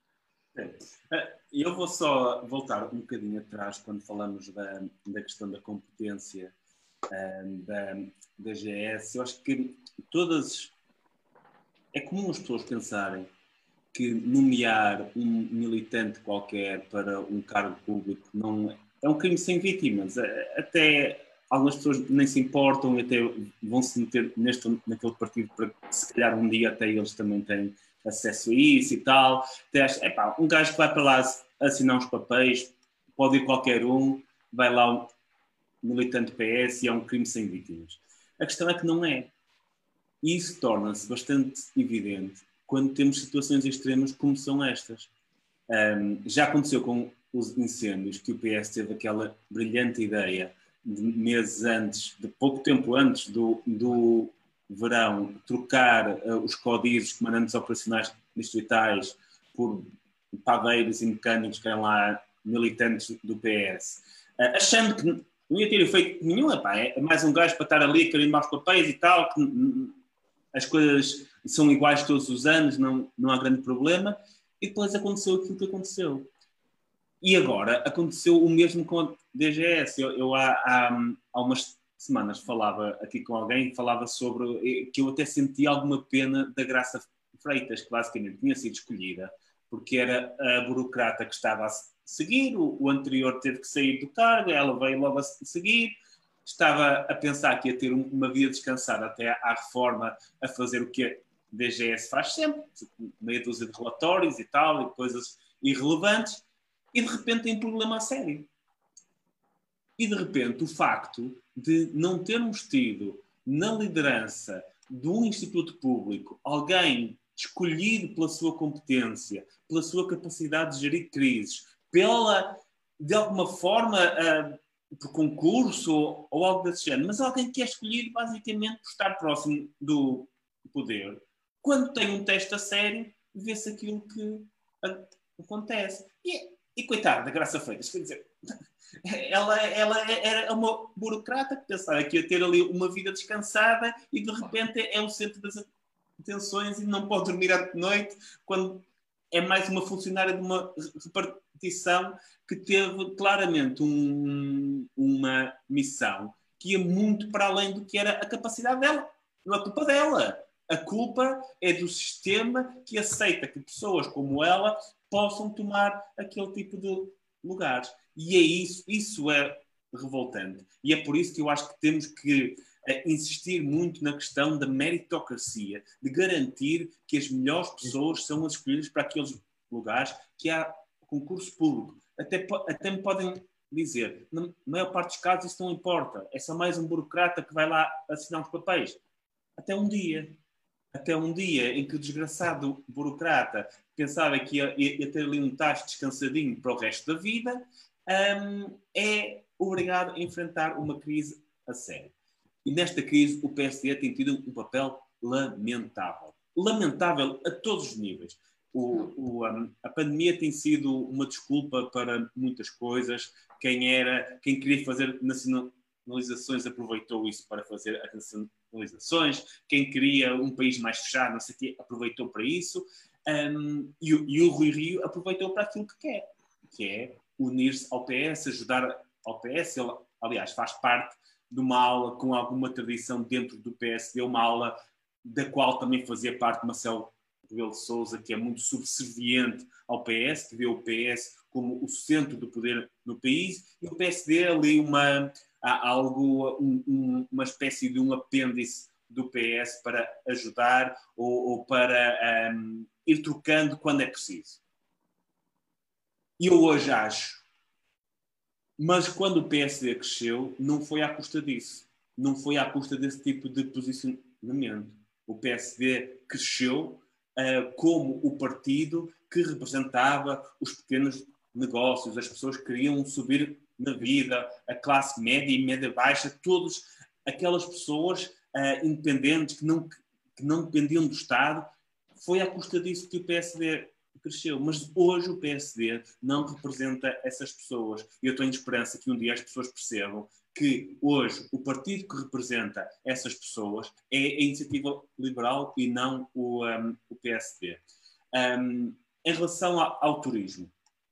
Eu vou só voltar um bocadinho atrás quando falamos da, da questão da competência Da, da G S. Eu acho que todas... É comum as pessoas pensarem que nomear um militante qualquer para um cargo público não é um crime sem vítimas. Até algumas pessoas nem se importam e até vão se meter neste, naquele partido para que se calhar um dia até eles também têm acesso a isso e tal. Até acho, epá, um gajo que vai para lá assinar uns papéis, pode ir qualquer um, vai lá um militante P S e é um crime sem vítimas. A questão é que não é. E isso torna-se bastante evidente quando temos situações extremas como são estas. Um, já aconteceu com os incêndios, que o P S teve aquela brilhante ideia de meses antes, de pouco tempo antes do, do, verão trocar uh, os códigos, comandantes operacionais distritais por padeiros e mecânicos que eram lá militantes do P S, uh, achando que não ia ter efeito nenhum. Epá, é mais um gajo para estar ali a carimbar os papéis e tal, que as coisas são iguais todos os anos, não, não há grande problema. E depois aconteceu aquilo que aconteceu. E agora aconteceu o mesmo com a D G S. Eu, eu há, há, há umas semanas falava aqui com alguém, falava sobre que eu até senti alguma pena da Graça Freitas, que basicamente tinha sido escolhida porque era a burocrata que estava a seguir, o, o anterior teve que sair do cargo, ela veio logo a seguir, estava a pensar que ia ter uma vida descansada até à reforma, a fazer o que a D G S faz sempre, meia dúzia de relatórios e tal, e coisas irrelevantes, e de repente tem um problema a sério. E de repente o facto de não termos tido na liderança de um instituto público alguém escolhido pela sua competência, pela sua capacidade de gerir crises, pela, de alguma forma, uh, por concurso ou, ou algo desse género, mas alguém que é escolhido basicamente por estar próximo do poder, quando tem um teste a sério, vê-se aquilo que acontece. E, e coitada da Graça Freitas, quer dizer, ela, ela era uma burocrata que pensava que ia ter ali uma vida descansada e de repente é o centro das atenções e não pode dormir à noite, quando é mais uma funcionária de uma repartição que teve claramente um, uma missão que ia muito para além do que era a capacidade dela. Não é culpa dela. A culpa é do sistema que aceita que pessoas como ela possam tomar aquele tipo de lugares. E é isso, isso é revoltante. E é por isso que eu acho que temos que uh, insistir muito na questão da meritocracia, de garantir que as melhores pessoas são as escolhidas para aqueles lugares que há concurso público. Até, até me podem dizer, na maior parte dos casos isso não importa, é só mais um burocrata que vai lá assinar os papéis. Até um dia. Até um dia em que o desgraçado burocrata pensava que ia, ia ter ali um tacho descansadinho para o resto da vida, um, é obrigado a enfrentar uma crise a sério. E nesta crise o P S D tem tido um papel lamentável. Lamentável a todos os níveis. O, o, um, a pandemia tem sido uma desculpa para muitas coisas. Quem, era, quem queria fazer nacionalizações aproveitou isso para fazer as nacionalizações. Quem queria um país mais fechado, não sei o quê, aproveitou para isso. Um, e, e o Rui Rio aproveitou para aquilo que quer, que é unir-se ao P S, ajudar ao P S. Ele, aliás, faz parte de uma aula com alguma tradição dentro do P S D, uma aula da qual também fazia parte Marcelo Rebelo de Sousa, que é muito subserviente ao P S, que vê o P S como o centro do poder no país, e o P S D é ali uma, algo, um, um, uma espécie de um apêndice do P S para ajudar ou, ou para um, ir trocando quando é preciso. E eu hoje acho, mas quando o P S D cresceu, não foi à custa disso. Não foi à custa desse tipo de posicionamento. O P S D cresceu uh, como o partido que representava os pequenos negócios, as pessoas que queriam subir na vida, a classe média e média baixa, todas aquelas pessoas uh, independentes que não, que não dependiam do Estado. Foi à custa disso que o P S D cresceu. Mas hoje o P S D não representa essas pessoas. E eu tenho esperança que um dia as pessoas percebam que hoje o partido que representa essas pessoas é a Iniciativa Liberal e não o, um, o P S D. Um, em relação ao, ao turismo,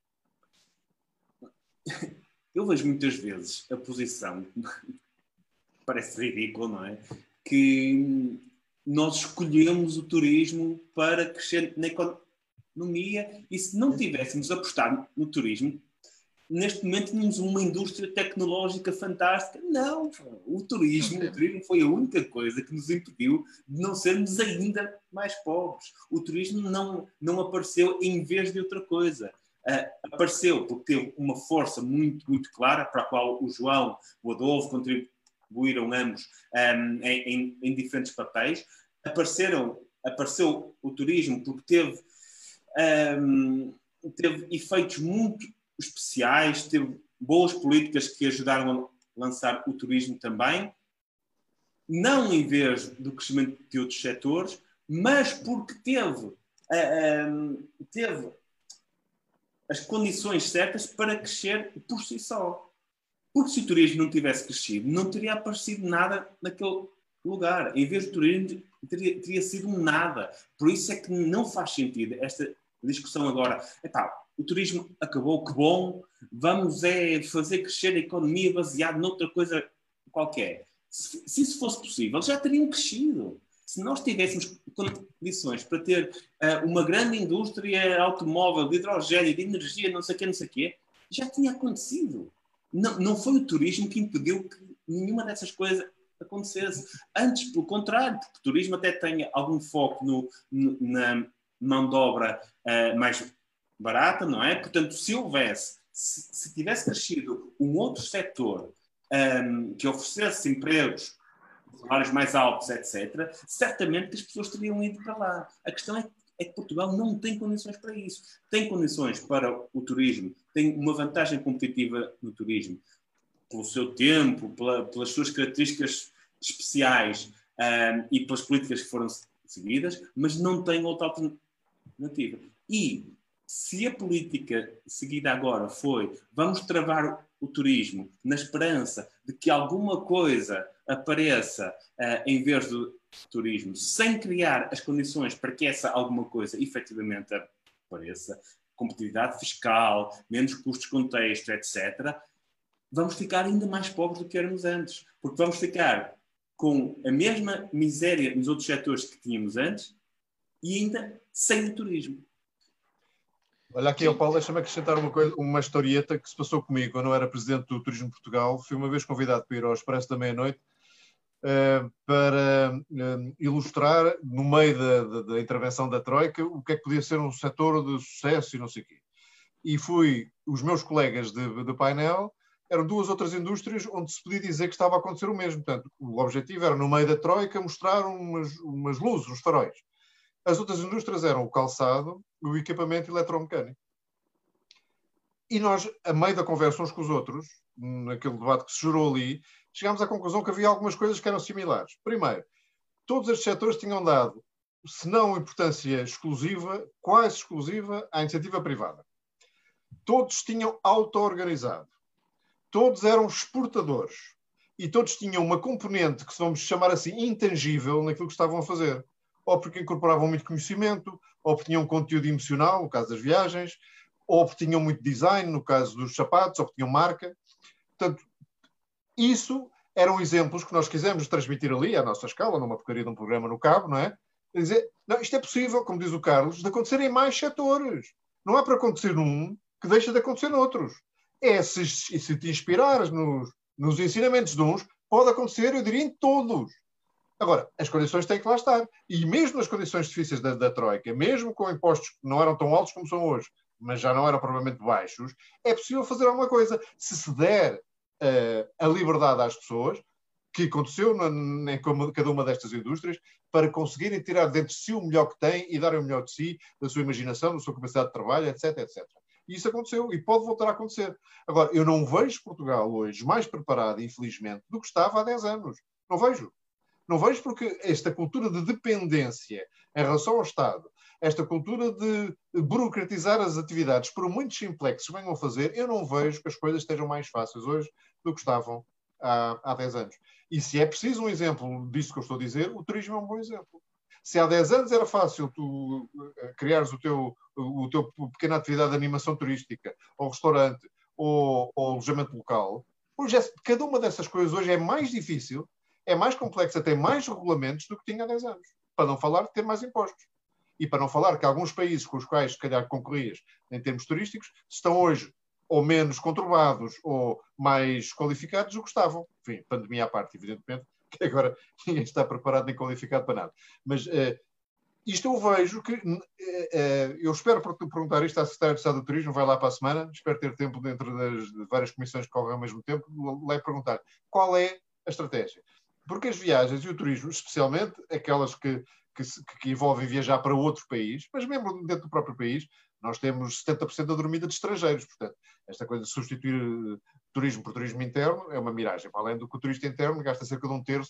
eu vejo muitas vezes a posição, parece ridículo, não é? Que nós escolhemos o turismo para crescer na economia e se não tivéssemos apostado no turismo, neste momento tínhamos uma indústria tecnológica fantástica. Não, o turismo, o turismo foi a única coisa que nos impediu de não sermos ainda mais pobres. O turismo não, não apareceu em vez de outra coisa. Uh, apareceu porque teve uma força muito, muito clara, para a qual o João, o Adolfo contribuíram ambos um, em, em, em diferentes papéis. Apareceram, apareceu o turismo porque teve, um, teve efeitos muito especiais, teve boas políticas que ajudaram a lançar o turismo também. não em vez do crescimento de outros setores, mas porque teve, uh, um, teve as condições certas para crescer por si só. Porque se o turismo não tivesse crescido, não teria aparecido nada naquele lugar. Em vez do turismo, teria, teria sido um nada. Por isso é que não faz sentido esta discussão agora. Epá, o turismo acabou, que bom, vamos é fazer crescer a economia baseada noutra coisa qualquer. Se, se isso fosse possível, já teriam crescido. Se nós tivéssemos condições para ter uh, uma grande indústria automóvel, de hidrogênio, de energia, não sei o quê, não sei o quê, já tinha acontecido. Não, não foi o turismo que impediu que nenhuma dessas coisas acontecesse. Antes, pelo contrário, porque o turismo até tem algum foco no, no, na mão de obra uh, mais barata, não é? Portanto, se houvesse, se, se tivesse crescido um outro setor um, que oferecesse empregos, salários mais altos, etcétera, certamente que as pessoas teriam ido para lá. A questão é, é que Portugal não tem condições para isso. Tem condições para o turismo, tem uma vantagem competitiva no turismo, pelo seu tempo, pela, pelas suas características especiais um, e pelas políticas que foram seguidas, mas não tem outra alternativa. E se a política seguida agora foi vamos travar o turismo na esperança de que alguma coisa apareça uh, em vez do turismo, sem criar as condições para que essa alguma coisa efetivamente apareça, competitividade fiscal, menos custos de contexto, etcétera, vamos ficar ainda mais pobres do que éramos antes. Porque vamos ficar com a mesma miséria nos outros setores que tínhamos antes e ainda sem o turismo. Olha aqui, o Paulo, deixa-me acrescentar uma, coisa, uma historieta que se passou comigo quando eu era presidente do Turismo de Portugal. Fui uma vez convidado para ir ao Expresso da Meia-Noite uh, para uh, ilustrar, no meio da, da, da intervenção da Troika, o que é que podia ser um setor de sucesso e não sei o quê. E fui, os meus colegas de, de painel, eram duas outras indústrias onde se podia dizer que estava a acontecer o mesmo. Portanto, o objetivo era, no meio da Troika, mostrar umas, umas luzes, uns faróis. As outras indústrias eram o calçado, o equipamento eletromecânico. E nós, a meio da conversa uns com os outros, naquele debate que se gerou ali, chegámos à conclusão que havia algumas coisas que eram similares. Primeiro, todos estes setores tinham dado, se não importância exclusiva, quase exclusiva, à iniciativa privada. Todos tinham auto-organizado. Todos eram exportadores. E todos tinham uma componente que, se vamos chamar assim, intangível naquilo que estavam a fazer. Ou porque incorporavam muito conhecimento, ou porque tinham conteúdo emocional, no caso das viagens, ou porque tinham muito design, no caso dos sapatos, ou porque tinham marca. Portanto, isso eram exemplos que nós quisemos transmitir ali, à nossa escala, numa porcaria de um programa no Cabo, não é? Quer dizer, não, isto é possível, como diz o Carlos, de acontecer em mais setores. Não é para acontecer num que deixa de acontecer noutros. É, se, se te inspirares nos, nos ensinamentos de uns, pode acontecer, eu diria, em todos. Agora, as condições têm que lá estar. E mesmo nas condições difíceis da, da Troika, mesmo com impostos que não eram tão altos como são hoje, mas já não eram provavelmente baixos, é possível fazer alguma coisa. Se se der uh, a liberdade às pessoas, que aconteceu na, em cada uma destas indústrias, para conseguirem tirar dentro de si o melhor que têm e darem o melhor de si, da sua imaginação, da sua capacidade de trabalho, etc, etcétera. E isso aconteceu e pode voltar a acontecer. Agora, eu não vejo Portugal hoje mais preparado, infelizmente, do que estava há dez anos. Não vejo. Não vejo porque esta cultura de dependência em relação ao Estado, esta cultura de burocratizar as atividades, por muito simplexes que venham a fazer, eu não vejo que as coisas estejam mais fáceis hoje do que estavam há, há dez anos. E se é preciso um exemplo disso que eu estou a dizer, o turismo é um bom exemplo. Se há dez anos era fácil tu criares o teu, o teu pequena atividade de animação turística, ou restaurante, ou, ou alojamento local, hoje é, cada uma dessas coisas hoje é mais difícil, é mais complexa, tem mais regulamentos do que tinha há dez anos. Para não falar de ter mais impostos. E para não falar que alguns países com os quais, se calhar, concorrias em termos turísticos, estão hoje ou menos conturbados ou mais qualificados do que estavam. Enfim, pandemia à parte, evidentemente, que agora ninguém está preparado nem qualificado para nada. Mas uh, isto eu vejo que... Uh, uh, eu espero perguntar isto à Secretária de Estado do Turismo, vai lá para a semana, espero ter tempo dentro das de várias comissões que correm ao mesmo tempo, lá e perguntar qual é a estratégia. Porque as viagens e o turismo, especialmente aquelas que, que, que envolvem viajar para outro país, mas mesmo dentro do próprio país, nós temos setenta por cento da dormida de estrangeiros. Portanto, esta coisa de substituir turismo por turismo interno é uma miragem. Para além do que o turista interno gasta cerca de um terço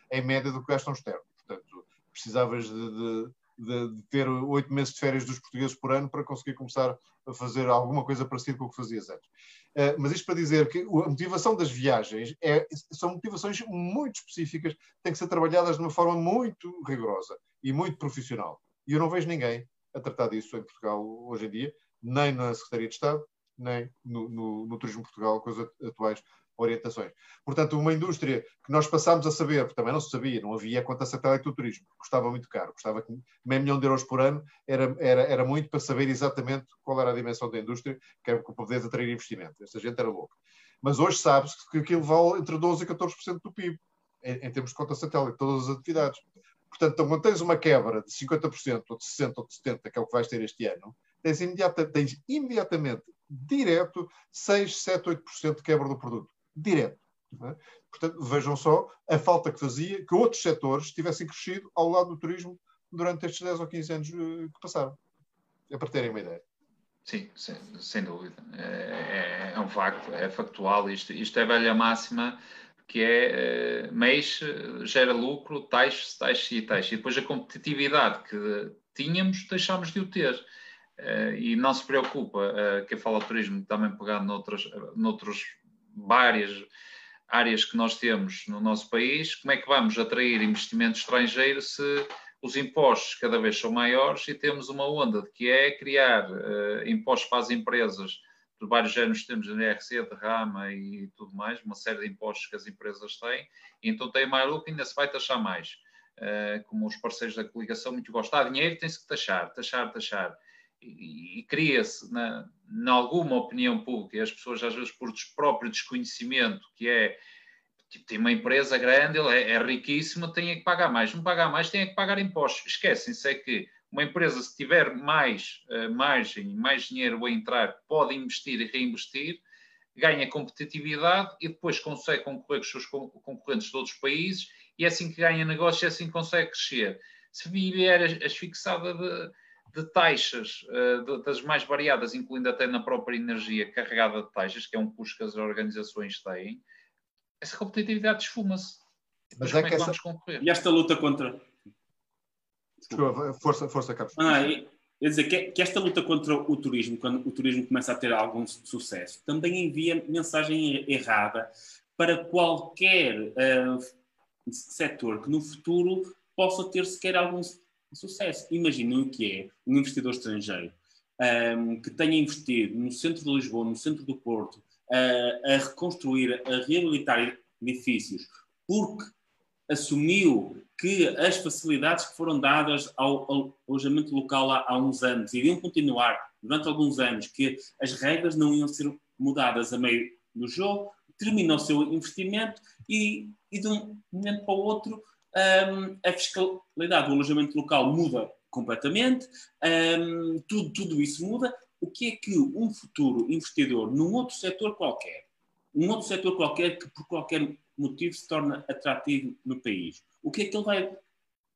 em média, do que gastam externo. Portanto, precisavas de, de, de, de ter oito meses de férias dos portugueses por ano para conseguir começar a fazer alguma coisa parecida com o que fazias antes. Uh, mas isto para dizer que a motivação das viagens é, são motivações muito específicas, têm que ser trabalhadas de uma forma muito rigorosa e muito profissional. E eu não vejo ninguém a tratar disso em Portugal hoje em dia, nem na Secretaria de Estado, nem no, no, no Turismo Portugal, com as atuais orientações. Portanto, uma indústria que nós passámos a saber, porque também não se sabia, não havia conta satélite do turismo, custava muito caro, custava meio milhão de euros por ano, era, era, era muito para saber exatamente qual era a dimensão da indústria, que era para poder atrair investimento. Esta gente era louca. Mas hoje sabe-se que aquilo vale entre doze e catorze por cento do P I B, em, em termos de conta satélite, todas as atividades. Portanto, então, quando tens uma quebra de cinquenta por cento, ou de sessenta por cento, ou de setenta por cento, que é o que vais ter este ano, tens, imediata, tens imediatamente, direto, seis, sete, oito por cento de quebra do produto. Direto. Não é? Portanto, vejam só a falta que fazia que outros setores tivessem crescido ao lado do turismo durante estes dez ou quinze anos que passaram. É para terem uma ideia. Sim, sem, sem dúvida. É, é um facto, é factual. Isto, isto é velha máxima, que é mês gera lucro, taxa, taxa e taxa. E depois a competitividade que tínhamos, deixámos de o ter. E não se preocupa, quem fala de turismo também pegando noutras, noutros várias áreas que nós temos no nosso país, como é que vamos atrair investimento estrangeiro se os impostos cada vez são maiores e temos uma onda de que é criar uh, impostos para as empresas de vários géneros, temos N R C, derrama e tudo mais, uma série de impostos que as empresas têm, e então tem mais lucro e ainda se vai taxar mais. Uh, como os parceiros da coligação muito gostam, há dinheiro, tem-se que taxar, taxar, taxar. E, e cria-se, na, na alguma opinião pública, e as pessoas às vezes por próprio desconhecimento, que é, tipo, tem uma empresa grande, ele é, é riquíssimo, tem que pagar mais. Não pagar mais, tem que pagar impostos. Esquecem-se é que uma empresa, se tiver mais uh, margem, mais dinheiro a entrar, pode investir e reinvestir, ganha competitividade e depois consegue concorrer com os seus concorrentes de outros países e é assim que ganha negócio e é assim que consegue crescer. Se vier asfixada de de taxas uh, de, das mais variadas, incluindo até na própria energia carregada de taxas, que é um custo que as organizações têm, essa competitividade esfuma-se. Mas como é que, é que vamos essa... concorrer? E esta luta contra... Desculpa, força, força, Carlos. Ah, é, quer dizer, que, que esta luta contra o turismo, quando o turismo começa a ter algum sucesso, também envia mensagem errada para qualquer uh, setor que no futuro possa ter sequer algum sucesso. Imaginem o que é um investidor estrangeiro um, que tenha investido no centro de Lisboa, no centro do Porto, uh, a reconstruir, a reabilitar edifícios, porque assumiu que as facilidades que foram dadas ao, ao alojamento local há, há uns anos iriam continuar durante alguns anos, que as regras não iam ser mudadas a meio do jogo, termina o seu investimento e, e de um momento para o outro Um, a fiscalidade do alojamento local muda completamente, um, tudo, tudo isso muda. O que é que um futuro investidor num outro setor qualquer, um outro setor qualquer que por qualquer motivo se torna atrativo no país, o que é que ele vai, o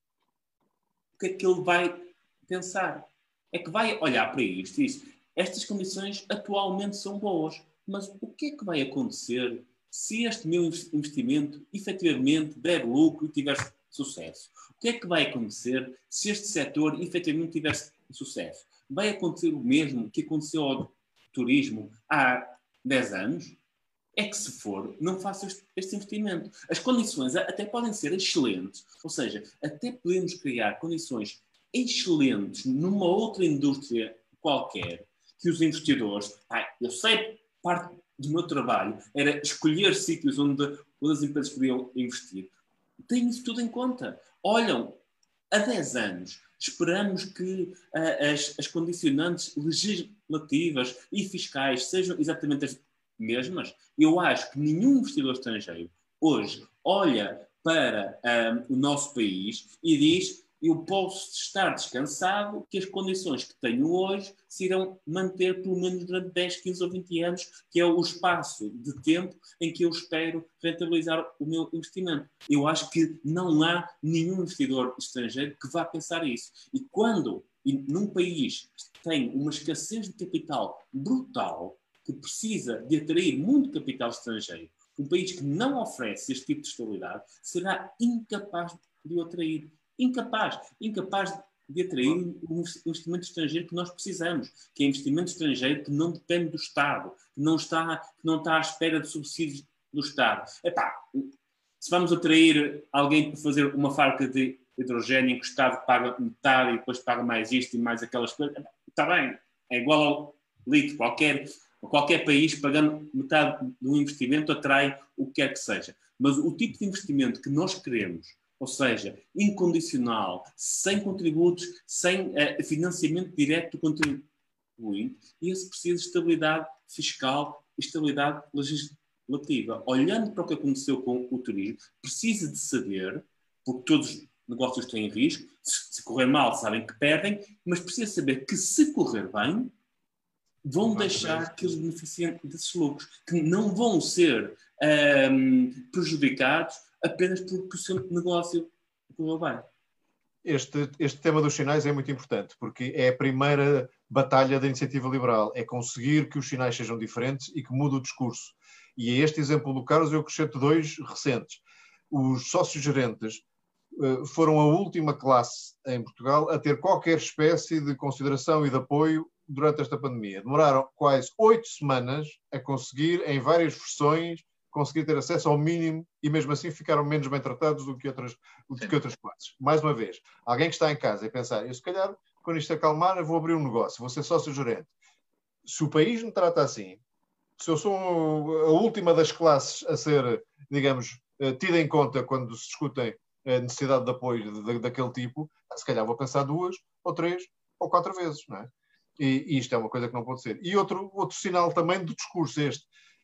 que é que ele vai pensar? É que vai olhar para isto e diz, estas condições atualmente são boas, mas o que é que vai acontecer se este meu investimento efetivamente der lucro e tiver sucesso? O que é que vai acontecer se este setor efetivamente tiver sucesso? Vai acontecer o mesmo que aconteceu ao turismo há dez anos? É que se for, não faça este, este investimento. As condições até podem ser excelentes, ou seja, até podemos criar condições excelentes numa outra indústria qualquer que os investidores, ah, eu sei, parte do meu trabalho era escolher sítios onde, onde as empresas podiam investir. Têm isso tudo em conta. Olham, há dez anos esperamos que uh, as, as condicionantes legislativas e fiscais sejam exatamente as mesmas. Eu acho que nenhum investidor estrangeiro hoje olha para um, o nosso país e diz: eu posso estar descansado que as condições que tenho hoje se irão manter pelo menos durante dez, quinze ou vinte anos, que é o espaço de tempo em que eu espero rentabilizar o meu investimento. Eu acho que não há nenhum investidor estrangeiro que vá pensar isso. E quando, e num país que tem uma escassez de capital brutal, que precisa de atrair muito capital estrangeiro, Um país que não oferece este tipo de estabilidade será incapaz de o atrair. Incapaz. Incapaz de atrair o investimento estrangeiro que nós precisamos, que é investimento estrangeiro que não depende do Estado, que não está, que não está à espera de subsídios do Estado. Epá, se vamos atrair alguém para fazer uma fábrica de hidrogênio em que o Estado paga metade e depois paga mais isto e mais aquelas coisas, está bem, é igual ao litro. Qualquer, qualquer país pagando metade do investimento atrai o que quer que seja. Mas o tipo de investimento que nós queremos, ou seja, incondicional, sem contributos, sem uh, financiamento direto do contribuinte, esse precisa de estabilidade fiscal e estabilidade legislativa. Olhando para o que aconteceu com o turismo, precisa de saber, porque todos os negócios têm risco, se correr mal sabem que perdem, mas precisa saber que se correr bem, vão deixar que eles beneficiem desses lucros, que não vão ser um, prejudicados apenas porque o seu negócio correu bem. Este, este tema dos sinais é muito importante, porque é a primeira batalha da iniciativa liberal, é conseguir que os sinais sejam diferentes e que mude o discurso. E a este exemplo do Carlos eu acrescento dois recentes. Os sócios-gerentes uh, foram a última classe em Portugal a ter qualquer espécie de consideração e de apoio durante esta pandemia. Demoraram quase oito semanas a conseguir, em várias versões, conseguir ter acesso ao mínimo e mesmo assim ficaram menos bem tratados do que outras, do que outras classes. Mais uma vez, alguém que está em casa e pensar, eu se calhar, quando isto acalmar, eu vou abrir um negócio, vou ser sócio-gerente. Se o país me trata assim, se eu sou a última das classes a ser, digamos, tida em conta quando se discutem a necessidade de apoio de, de, daquele tipo, se calhar vou pensar duas, ou três, ou quatro vezes, não é? E, e isto é uma coisa que não pode ser. E outro, outro sinal também do discurso este,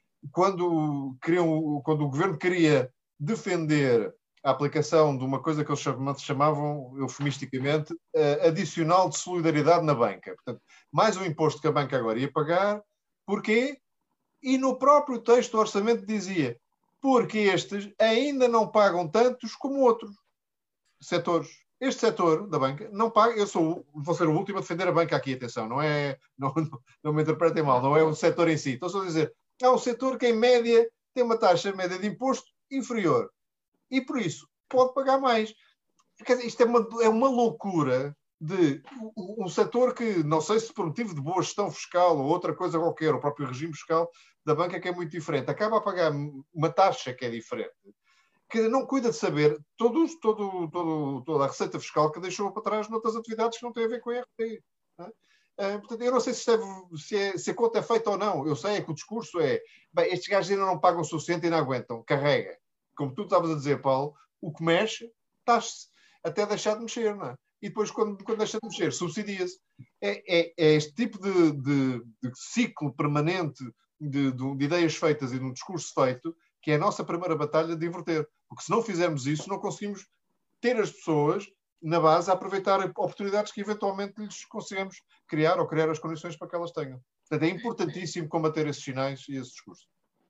quando, queriam, quando o governo queria defender a aplicação de uma coisa que eles chamavam, eufemisticamente, adicional de solidariedade na banca. Portanto, mais um imposto que a banca agora ia pagar. Porquê? E no próprio texto do orçamento dizia, porque estes ainda não pagam tantos como outros setores. Este setor da banca não paga, eu sou, vou ser o último a defender a banca aqui, atenção, não é, não, não, não me interpretem mal, não é o setor em si. Estou só a dizer, é um setor que em média tem uma taxa média de imposto inferior. E por isso pode pagar mais. Quer dizer, isto é uma, é uma loucura de um, um setor que, não sei se por motivo de boa gestão fiscal ou outra coisa qualquer, o próprio regime fiscal da banca que é muito diferente, acaba a pagar uma taxa que é diferente, que não cuida de saber todos, todo, todo, toda a receita fiscal que deixou para trás noutras atividades que não têm a ver com a I R T. Não é? Uh, portanto, eu não sei se, deve, se, é, se a conta é feita ou não. Eu sei é que o discurso é bem, estes gajos ainda não pagam o suficiente e não aguentam. Carrega. Como tu estavas a dizer, Paulo, o que mexe, taxa-se até deixar de mexer. Não é? E depois, quando, quando deixa de mexer, subsidia-se. É, é, é este tipo de, de, de ciclo permanente de, de, de ideias feitas e de um discurso feito que é a nossa primeira batalha de inverter. Porque se não fizermos isso, não conseguimos ter as pessoas na base a aproveitar oportunidades que eventualmente lhes consigamos criar ou criar as condições para que elas tenham. Portanto, é importantíssimo combater esses sinais e esse discurso.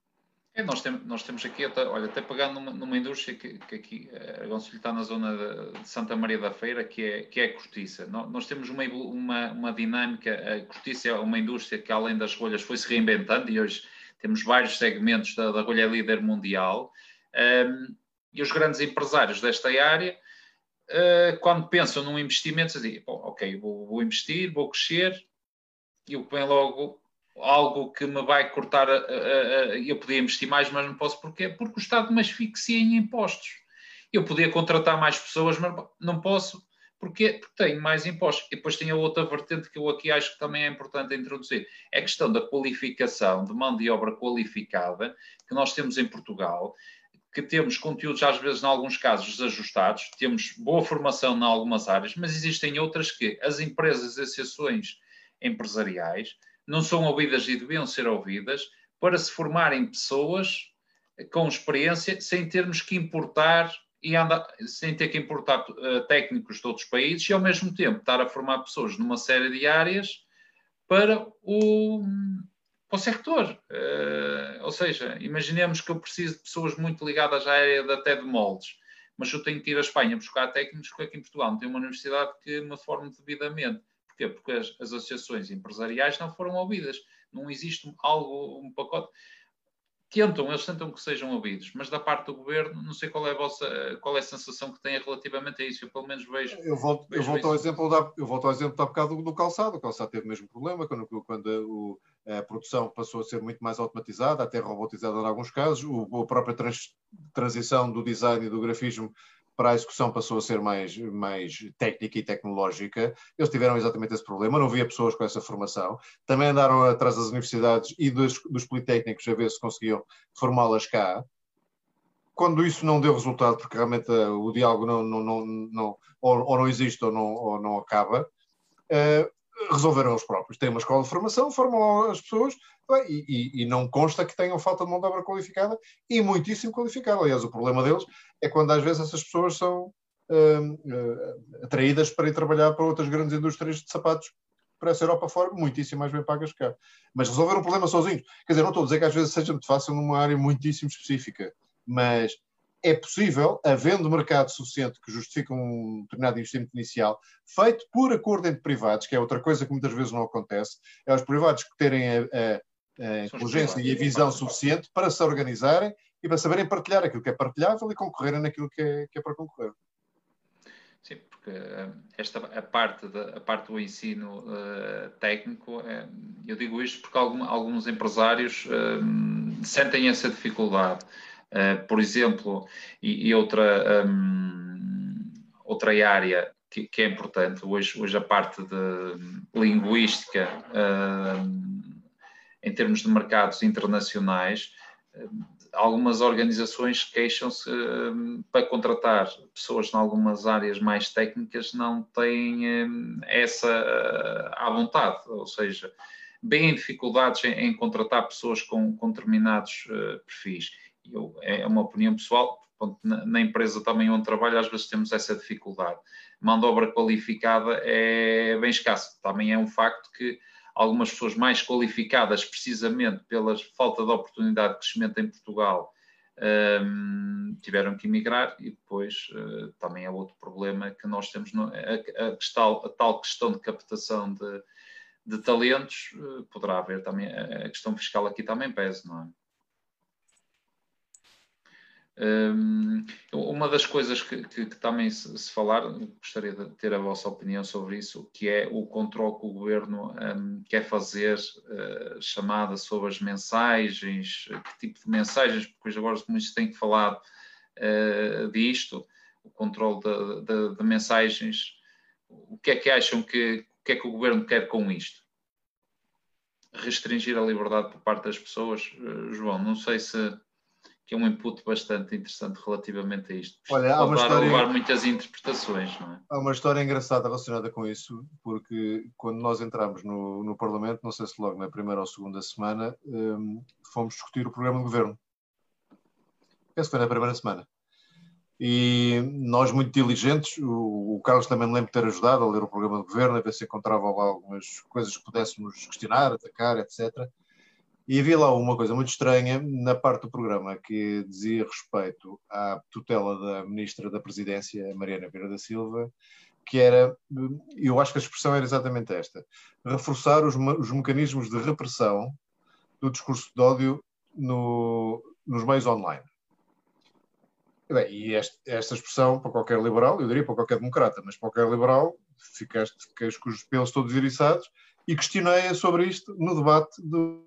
É, nós, tem, nós temos aqui, até, olha, até pegando numa, numa indústria que, que aqui, a Gonçalves está na zona de, de Santa Maria da Feira, que é, que é a cortiça. Nós, nós temos uma, uma, uma dinâmica, a cortiça é uma indústria que além das rolhas foi-se reinventando e hoje temos vários segmentos da, da rolha líder mundial. Um, e os grandes empresários desta área, uh, quando pensam num investimento, dizem, ok, vou, vou investir, vou crescer, e o que vem logo... algo que me vai cortar, a, a, a, eu podia investir mais, mas não posso. Porquê? Porque o Estado me asfixia em impostos. Eu podia contratar mais pessoas, mas não posso. Porquê? Porque tenho mais impostos. E depois tem a outra vertente que eu aqui acho que também é importante introduzir. É a questão da qualificação, de mão de obra qualificada, que nós temos em Portugal, que temos conteúdos, às vezes, em alguns casos, desajustados, temos boa formação em algumas áreas, mas existem outras que as empresas e associações empresariais não são ouvidas e deviam ser ouvidas para se formarem pessoas com experiência sem termos que importar e andar, sem ter que importar uh, técnicos de outros países e ao mesmo tempo estar a formar pessoas numa série de áreas para o, para o sector. Uh, ou seja, imaginemos que eu preciso de pessoas muito ligadas à área de, até de moldes, mas eu tenho que ir à Espanha buscar técnicos que aqui em Portugal não tem uma universidade que me forme devidamente. Porquê? Porque as, as associações empresariais não foram ouvidas. Não existe algo, um pacote. tentam, eles tentam que sejam ouvidos, mas da parte do governo, não sei qual é a vossa, qual é a sensação que têm relativamente a isso. Eu pelo menos vejo. Eu volto, vejo eu volto, ao, exemplo da, eu volto ao exemplo da bocado do, do calçado. O calçado teve o mesmo problema quando, quando o, a produção passou a ser muito mais automatizada, até robotizada em alguns casos. O, a própria trans, transição do design e do grafismo para a execução passou a ser mais, mais técnica e tecnológica. Eles tiveram exatamente esse problema, não havia pessoas com essa formação. Também andaram atrás das universidades e dos, dos politécnicos a ver se conseguiam formá-las cá. Quando isso não deu resultado, porque realmente uh, o diálogo não, não, não, não, ou, ou não existe ou não, ou não acaba, uh, resolveram os próprios. Têm uma escola de formação, formam as pessoas, bem, e, e, e não consta que tenham falta de mão de obra qualificada, e muitíssimo qualificada. Aliás, o problema deles é quando às vezes essas pessoas são uh, uh, atraídas para ir trabalhar para outras grandes indústrias de sapatos para essa Europa fora, muitíssimo mais bem pagas que cá. Mas resolveram o problema sozinhos. Quer dizer, não estou a dizer que às vezes seja muito fácil numa área muitíssimo específica, mas é possível, havendo mercado suficiente que justifique um determinado investimento inicial, feito por acordo entre privados, que é outra coisa que muitas vezes não acontece, é os privados que terem a, a, a inteligência e a visão suficiente para se organizarem e para saberem partilhar aquilo que é partilhável e concorrerem naquilo que é, que é para concorrer. Sim, porque esta, a, parte de, a parte do ensino uh, técnico, uh, eu digo isto porque algum, alguns empresários uh, sentem essa dificuldade. Uh, por exemplo, e, e outra, um, outra área que, que é importante, hoje, hoje a parte de linguística, uh, em termos de mercados internacionais, uh, algumas organizações queixam-se uh, para contratar pessoas em algumas áreas mais técnicas, não têm uh, essa uh, à vontade, ou seja, bem dificuldades em, em contratar pessoas com, com determinados uh, perfis. Eu, é uma opinião pessoal, na, na empresa também onde trabalho, às vezes temos essa dificuldade. Mão de obra qualificada é bem escassa. Também é um facto que algumas pessoas mais qualificadas, precisamente pela falta de oportunidade de crescimento em Portugal, um, tiveram que emigrar, e depois uh, também é outro problema que nós temos, no, a, a, questão, a tal questão de captação de, de talentos, uh, poderá haver também, a, a questão fiscal aqui também pesa, não é? Um, uma das coisas que, que, que também se, se falar, gostaria de ter a vossa opinião sobre isso, que é o controle que o governo um, quer fazer, uh, chamada sobre as mensagens, que tipo de mensagens, porque hoje agora muitos têm falado uh, disto, o controle de, de, de mensagens. O que é que acham que, o que é que o governo quer com isto? Restringir a liberdade por parte das pessoas? Uh, João, não sei se que é um input bastante interessante relativamente a isto. Olha, há pode uma dar história... a levar muitas interpretações, não é? Há uma história engraçada relacionada com isso, porque quando nós entramos no, no Parlamento, não sei se logo na primeira ou segunda semana, um, fomos discutir o programa de governo. Esse foi na primeira semana. E nós, muito diligentes, o, o Carlos também me lembro de ter ajudado a ler o programa de governo, a ver se encontrava lá algumas coisas que pudéssemos questionar, atacar, etcétera. E havia lá uma coisa muito estranha na parte do programa que dizia respeito à tutela da Ministra da Presidência, Mariana Vieira da Silva, que era, eu acho que a expressão era exatamente esta, reforçar os, os mecanismos de repressão do discurso de ódio no, nos meios online. E, bem, e este, esta expressão, para qualquer liberal, eu diria para qualquer democrata, mas para qualquer liberal, ficaste com os pelos todos eriçados, e questionei sobre isto no debate do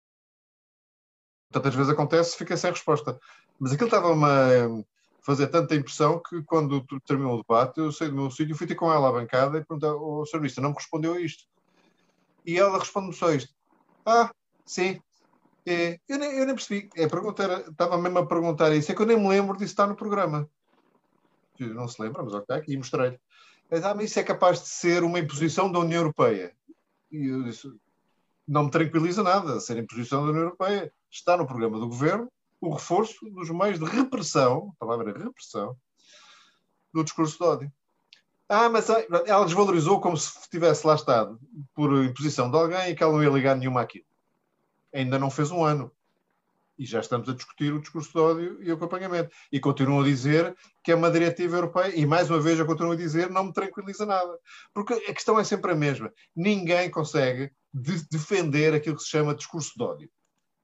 tantas vezes acontece, fica sem resposta. Mas aquilo estava-me a fazer tanta impressão que quando terminou o debate, eu saí do meu sítio, fui ter com ela à bancada e perguntei ao senhor Ministro, não me respondeu a isto. E ela responde-me só isto. Ah, sim. É, eu, nem, eu nem percebi. É, a pergunta era, estava mesmo a perguntar isso, é que eu nem me lembro disso estar no programa. Eu não se lembra, mas ok, aqui mostrei-lhe. Ah, mas isso é capaz de ser uma imposição da União Europeia. E eu disse, não me tranquiliza nada ser imposição da União Europeia. Está no programa do governo o reforço dos meios de repressão, a palavra é repressão, do discurso de ódio. Ah, mas ela desvalorizou como se tivesse lá estado por imposição de alguém e que ela não ia ligar nenhuma àquilo. Ainda não fez um ano. E já estamos a discutir o discurso de ódio e o acompanhamento. E continuam a dizer que é uma diretiva europeia, e mais uma vez eu continuo a dizer, não me tranquiliza nada. Porque a questão é sempre a mesma. Ninguém consegue de defender aquilo que se chama discurso de ódio.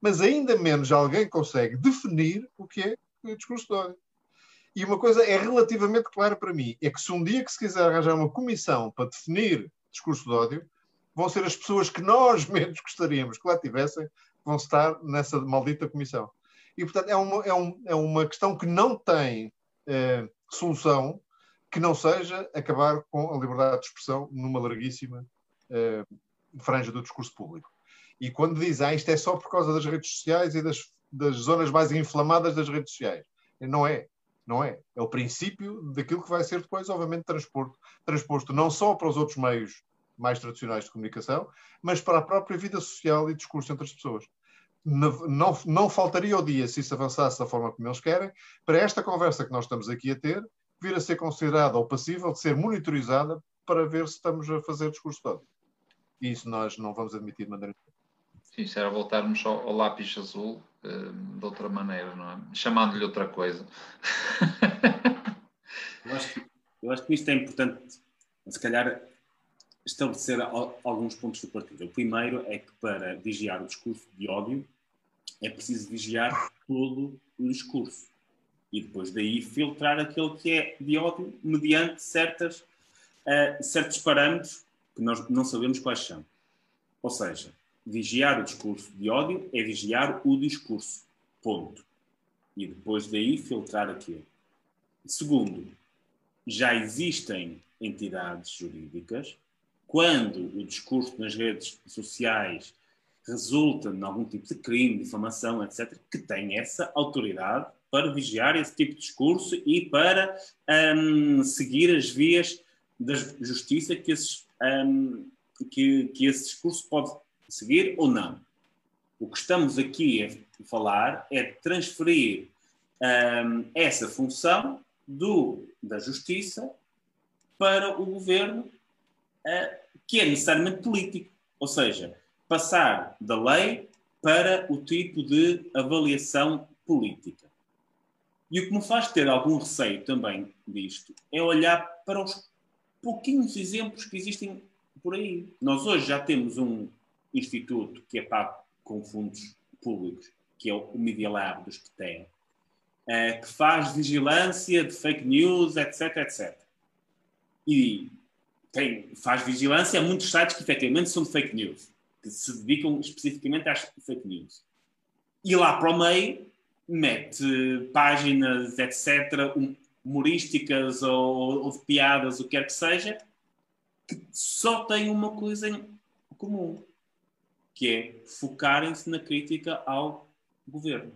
mas ainda menos alguém consegue definir o que é o discurso de ódio. E uma coisa é relativamente clara para mim, é que se um dia que se quiser arranjar uma comissão para definir discurso de ódio, vão ser as pessoas que nós menos gostaríamos que lá tivessem, que vão estar nessa maldita comissão. E, portanto, é uma, é um, é uma questão que não tem eh, solução que não seja acabar com a liberdade de expressão numa larguíssima eh, franja do discurso público. E quando dizem, ah, isto é só por causa das redes sociais e das, das zonas mais inflamadas das redes sociais. Não é. Não é. É o princípio daquilo que vai ser depois, obviamente, transposto, transposto não só para os outros meios mais tradicionais de comunicação, mas para a própria vida social e discurso entre as pessoas. Não, não, não faltaria o dia, se isso avançasse da forma como eles querem, para esta conversa que nós estamos aqui a ter, vir a ser considerada ou passível de ser monitorizada para ver se estamos a fazer discurso de ódio. E isso nós não vamos admitir de maneira nenhuma. Isso era voltarmos ao, ao lápis azul uh, de outra maneira, não é? Chamando-lhe outra coisa. eu, acho que, eu acho que isto é importante, se calhar, estabelecer alguns pontos de partida. O primeiro é que para vigiar o discurso de ódio é preciso vigiar todo o discurso. E depois daí filtrar aquele que é de ódio mediante certas, uh, certos parâmetros que nós não sabemos quais são. Ou seja, vigiar o discurso de ódio é vigiar o discurso. Ponto. E depois daí filtrar aquilo. Segundo, já existem entidades jurídicas quando o discurso nas redes sociais resulta em algum tipo de crime, difamação, etcétera, que tem essa autoridade para vigiar esse tipo de discurso e para um, seguir as vias da justiça que, esses, um, que, que esse discurso pode seguir ou não. O que estamos aqui a falar é de transferir um, essa função do, da justiça para o governo, uh, que é necessariamente político. Ou seja, passar da lei para o tipo de avaliação política. E o que me faz ter algum receio também disto é olhar para os pouquinhos exemplos que existem por aí. Nós hoje já temos um instituto que é pago com fundos públicos, que é o Media Lab do S P T E A, que faz vigilância de fake news, etc, etcétera. E tem, faz vigilância a muitos sites que efetivamente são de fake news, que se dedicam especificamente às fake news. E lá para o meio mete páginas, etcétera, humorísticas ou, ou de piadas, o que quer que seja, que só têm uma coisa em comum, que é focarem-se na crítica ao governo.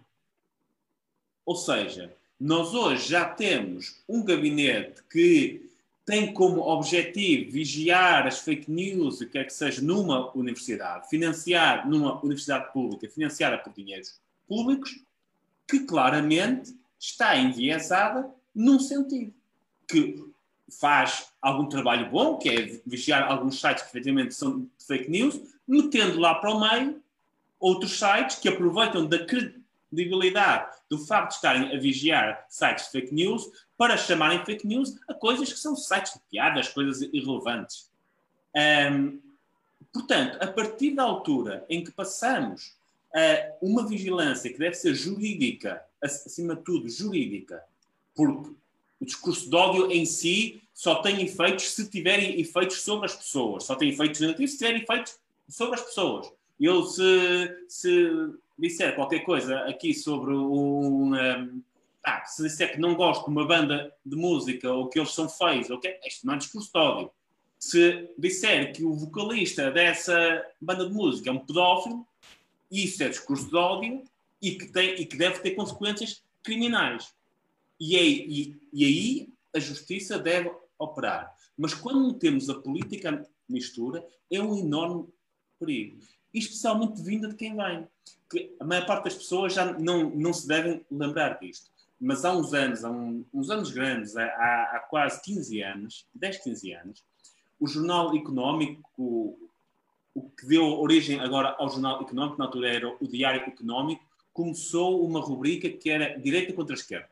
Ou seja, nós hoje já temos um gabinete que tem como objetivo vigiar as fake news, o que quer que seja, numa universidade, financiar numa universidade pública, financiada por dinheiros públicos, que claramente está enviesada num sentido, que faz algum trabalho bom, que é vigiar alguns sites que efetivamente são de fake news, metendo lá para o meio outros sites que aproveitam da credibilidade do facto de estarem a vigiar sites de fake news para chamarem fake news a coisas que são sites de piadas, coisas irrelevantes. Um, portanto, a partir da altura em que passamos a uma vigilância que deve ser jurídica, acima de tudo jurídica, porque o discurso de ódio em si só tem efeitos se tiverem efeitos sobre as pessoas, só tem efeitos negativos se tiverem efeitos sobre as pessoas. Eu, se, se disser qualquer coisa aqui sobre um... um ah, se disser que não gosto de uma banda de música ou que eles são feios, okay, isto não é discurso de ódio. Se disser que o vocalista dessa banda de música é um pedófilo, isso é discurso de ódio e que, tem, e que deve ter consequências criminais. E aí, e, e aí a justiça deve operar. Mas quando temos a política à mistura, é um enorme perigo. E especialmente vinda de quem vem. Que a maior parte das pessoas já não, não se devem lembrar disto. Mas há uns anos, há um, uns anos grandes, há, há quase quinze anos, dez, quinze anos, o Jornal Económico, o, o que deu origem agora ao Jornal Económico, na altura era o Diário Económico, começou uma rubrica que era Direita contra a Esquerda.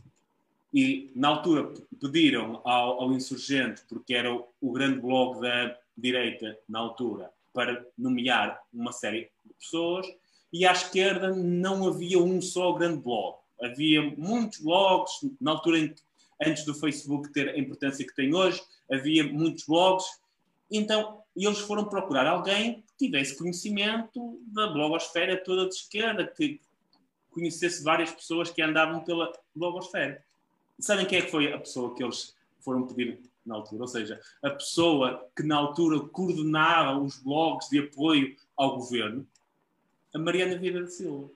E, na altura, pediram ao, ao Insurgente, porque era o, o grande blog da direita, na altura, para nomear uma série de pessoas, e à esquerda não havia um só grande blog. Havia muitos blogs, na altura em que, antes do Facebook ter a importância que tem hoje, havia muitos blogs. Então, eles foram procurar alguém que tivesse conhecimento da blogosfera toda de esquerda, que conhecesse várias pessoas que andavam pela blogosfera. Sabem quem é que foi a pessoa que eles foram pedir na altura? Ou seja, a pessoa que na altura coordenava os blogs de apoio ao governo? A Mariana Vieira da Silva.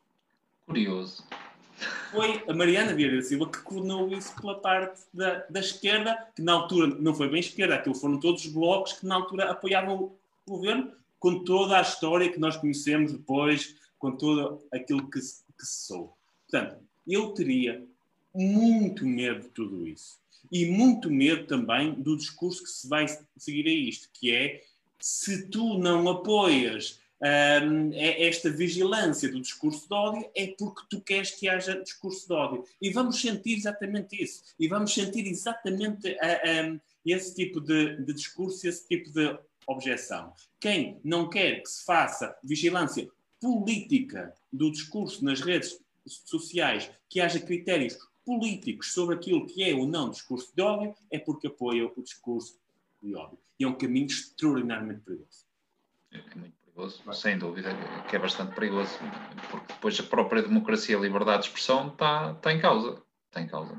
Curioso. Foi a Mariana Vieira da Silva que coordenou isso pela parte da, da esquerda, que na altura não foi bem esquerda, aquilo foram todos os blogs que na altura apoiavam o governo, com toda a história que nós conhecemos depois, com tudo aquilo que se, que se soube. Portanto, eu teria muito medo de tudo isso. E muito medo também do discurso que se vai seguir a isto, que é, se tu não apoias um, esta vigilância do discurso de ódio, é porque tu queres que haja discurso de ódio. E vamos sentir exatamente isso. E vamos sentir exatamente uh, um, esse tipo de, de discurso, esse tipo de objeção. Quem não quer que se faça vigilância política do discurso nas redes sociais, que haja critérios políticos sobre aquilo que é ou não discurso de ódio, é porque apoia o discurso de ódio. E é um caminho extraordinariamente perigoso. É muito perigoso, sem dúvida, que é bastante perigoso, porque depois a própria democracia e a liberdade de expressão está, está em causa. Está em causa.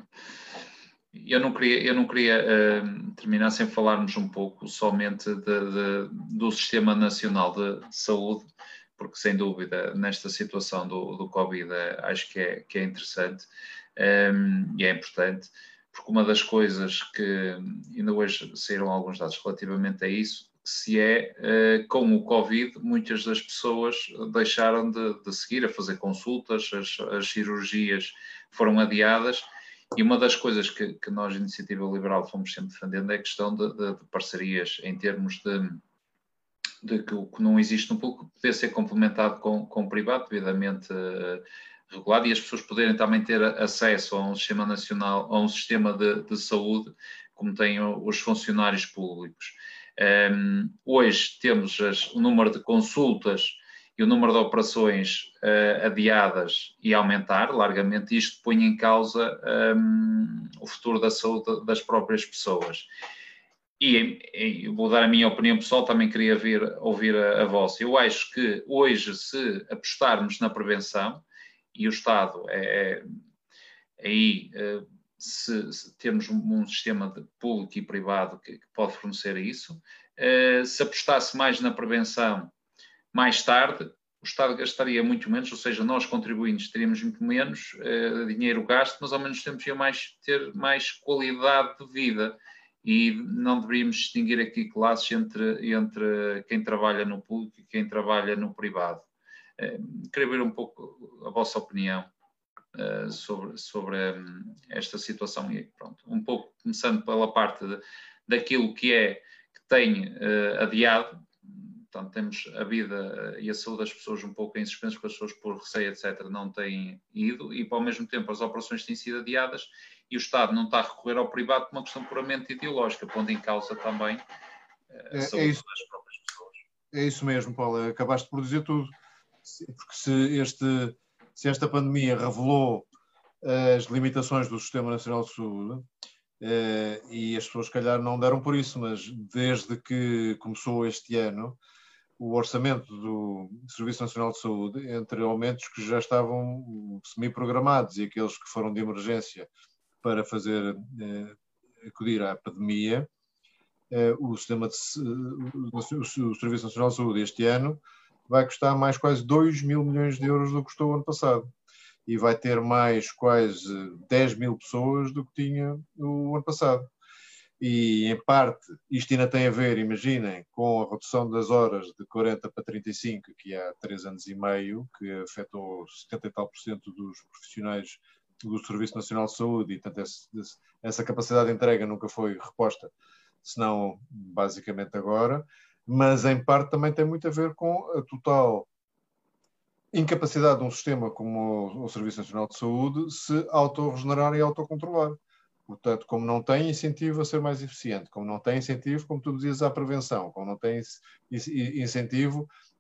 Eu não queria, eu não queria uh, terminar sem falarmos um pouco somente de, de, do Sistema Nacional de Saúde, porque sem dúvida nesta situação do, do Covid acho que é, que é interessante um, e é importante, porque uma das coisas que ainda hoje saíram alguns dados relativamente a isso, se é uh, com o Covid muitas das pessoas deixaram de, de seguir a fazer consultas, as, as cirurgias foram adiadas. E uma das coisas que, que nós, Iniciativa Liberal, fomos sempre defendendo é a questão de, de, de parcerias, em termos de, de que o que não existe no público poder ser complementado com, com o privado, devidamente uh, regulado, e as pessoas poderem também ter acesso a um sistema nacional, a um sistema de, de saúde, como têm os funcionários públicos. Um, hoje temos as, o número de consultas e o número de operações uh, adiadas e aumentar largamente. Isto põe em causa um, o futuro da saúde das próprias pessoas. E, e vou dar a minha opinião pessoal, também queria vir, ouvir a, a vossa. Eu acho que hoje, se apostarmos na prevenção, e o Estado é, é aí, uh, se, se temos um, um sistema de público e privado que, que pode fornecer isso, uh, se apostasse mais na prevenção, mais tarde, o Estado gastaria muito menos, ou seja, nós contribuintes teríamos muito menos uh, dinheiro gasto, mas ao menos tempo ia mais, ter mais qualidade de vida, e não deveríamos distinguir aqui classes entre, entre quem trabalha no público e quem trabalha no privado. Uh, queria ver um pouco a vossa opinião uh, sobre, sobre um, esta situação, e pronto, um pouco começando pela parte de, daquilo que é, que tem uh, adiado. Portanto, temos a vida e a saúde das pessoas um pouco em suspenso, porque as pessoas por receio, etcétera, não têm ido, e ao mesmo tempo as operações têm sido adiadas e o Estado não está a recorrer ao privado por uma questão puramente ideológica, pondo em causa também a saúde é, é isso, das próprias pessoas. É isso mesmo, Paulo, acabaste por dizer tudo, porque se, este, se esta pandemia revelou as limitações do Sistema Nacional de Saúde, eh, e as pessoas, se calhar, não deram por isso, mas desde que começou este ano, o orçamento do Serviço Nacional de Saúde, entre aumentos que já estavam semi-programados e aqueles que foram de emergência para fazer eh, acudir à pandemia, eh, o, sistema de, o, o Serviço Nacional de Saúde este ano vai custar mais quase dois mil milhões de euros do que custou o ano passado. E vai ter mais quase dez mil pessoas do que tinha o ano passado. E, em parte, isto ainda tem a ver, imaginem, com a redução das horas de quarenta para trinta e cinco, que há três anos e meio, que afetou setenta e tal por cento dos profissionais do Serviço Nacional de Saúde, e, portanto, esse, essa capacidade de entrega nunca foi reposta, senão, basicamente, agora. Mas, em parte, também tem muito a ver com a total incapacidade de um sistema como o Serviço Nacional de Saúde se autorregenerar e autocontrolar. Portanto, como não tem incentivo a ser mais eficiente, como não tem incentivo, como tu dizias, à prevenção, como não tem incentivo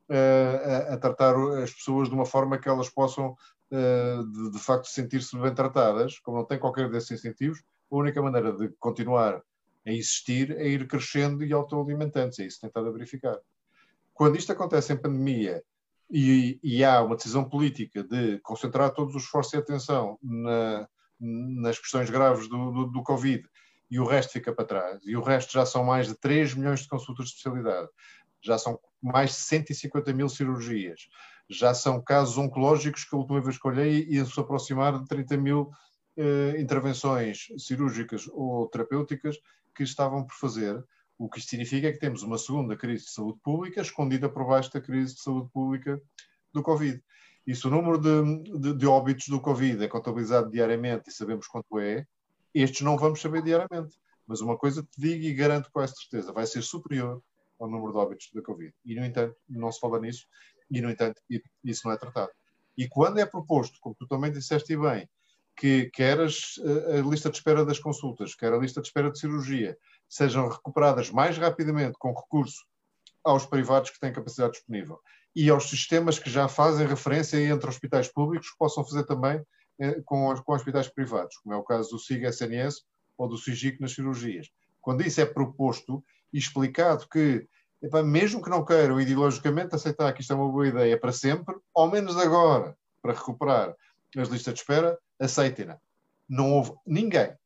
uh, a, a tratar as pessoas de uma forma que elas possam, uh, de, de facto, sentir-se bem tratadas. Como não tem qualquer desses incentivos, a única maneira de continuar a existir é ir crescendo e autoalimentando-se. É isso que tem estado a verificar. Quando isto acontece em pandemia e, e há uma decisão política de concentrar todos os esforços e atenção na, nas questões graves do, do, do Covid, e o resto fica para trás, e o resto já são mais de três milhões de consultas de especialidade, já são mais de cento e cinquenta mil cirurgias, já são casos oncológicos que a última vez que olhei iam se aproximar de trinta mil eh, intervenções cirúrgicas ou terapêuticas que estavam por fazer. O que isto significa é que temos uma segunda crise de saúde pública escondida por baixo da crise de saúde pública do Covid. E se o número de, de, de óbitos do Covid é contabilizado diariamente e sabemos quanto é, estes não vamos saber diariamente. Mas uma coisa te digo e garanto com essa certeza, vai ser superior ao número de óbitos da Covid. E, no entanto, não se fala nisso e, no entanto, isso não é tratado. E quando é proposto, como tu também disseste bem, que quer as, a lista de espera das consultas, quer a lista de espera de cirurgia, sejam recuperadas mais rapidamente com recurso aos privados que têm capacidade disponível e aos sistemas que já fazem referência entre hospitais públicos que possam fazer também eh, com, os, com hospitais privados, como é o caso do SIG S N S ou do SIGIC nas cirurgias. Quando isso é proposto e explicado que, epá, mesmo que não queiram ideologicamente aceitar que isto é uma boa ideia para sempre, ao menos agora, para recuperar as listas de espera, aceitem-na. Não houve ninguém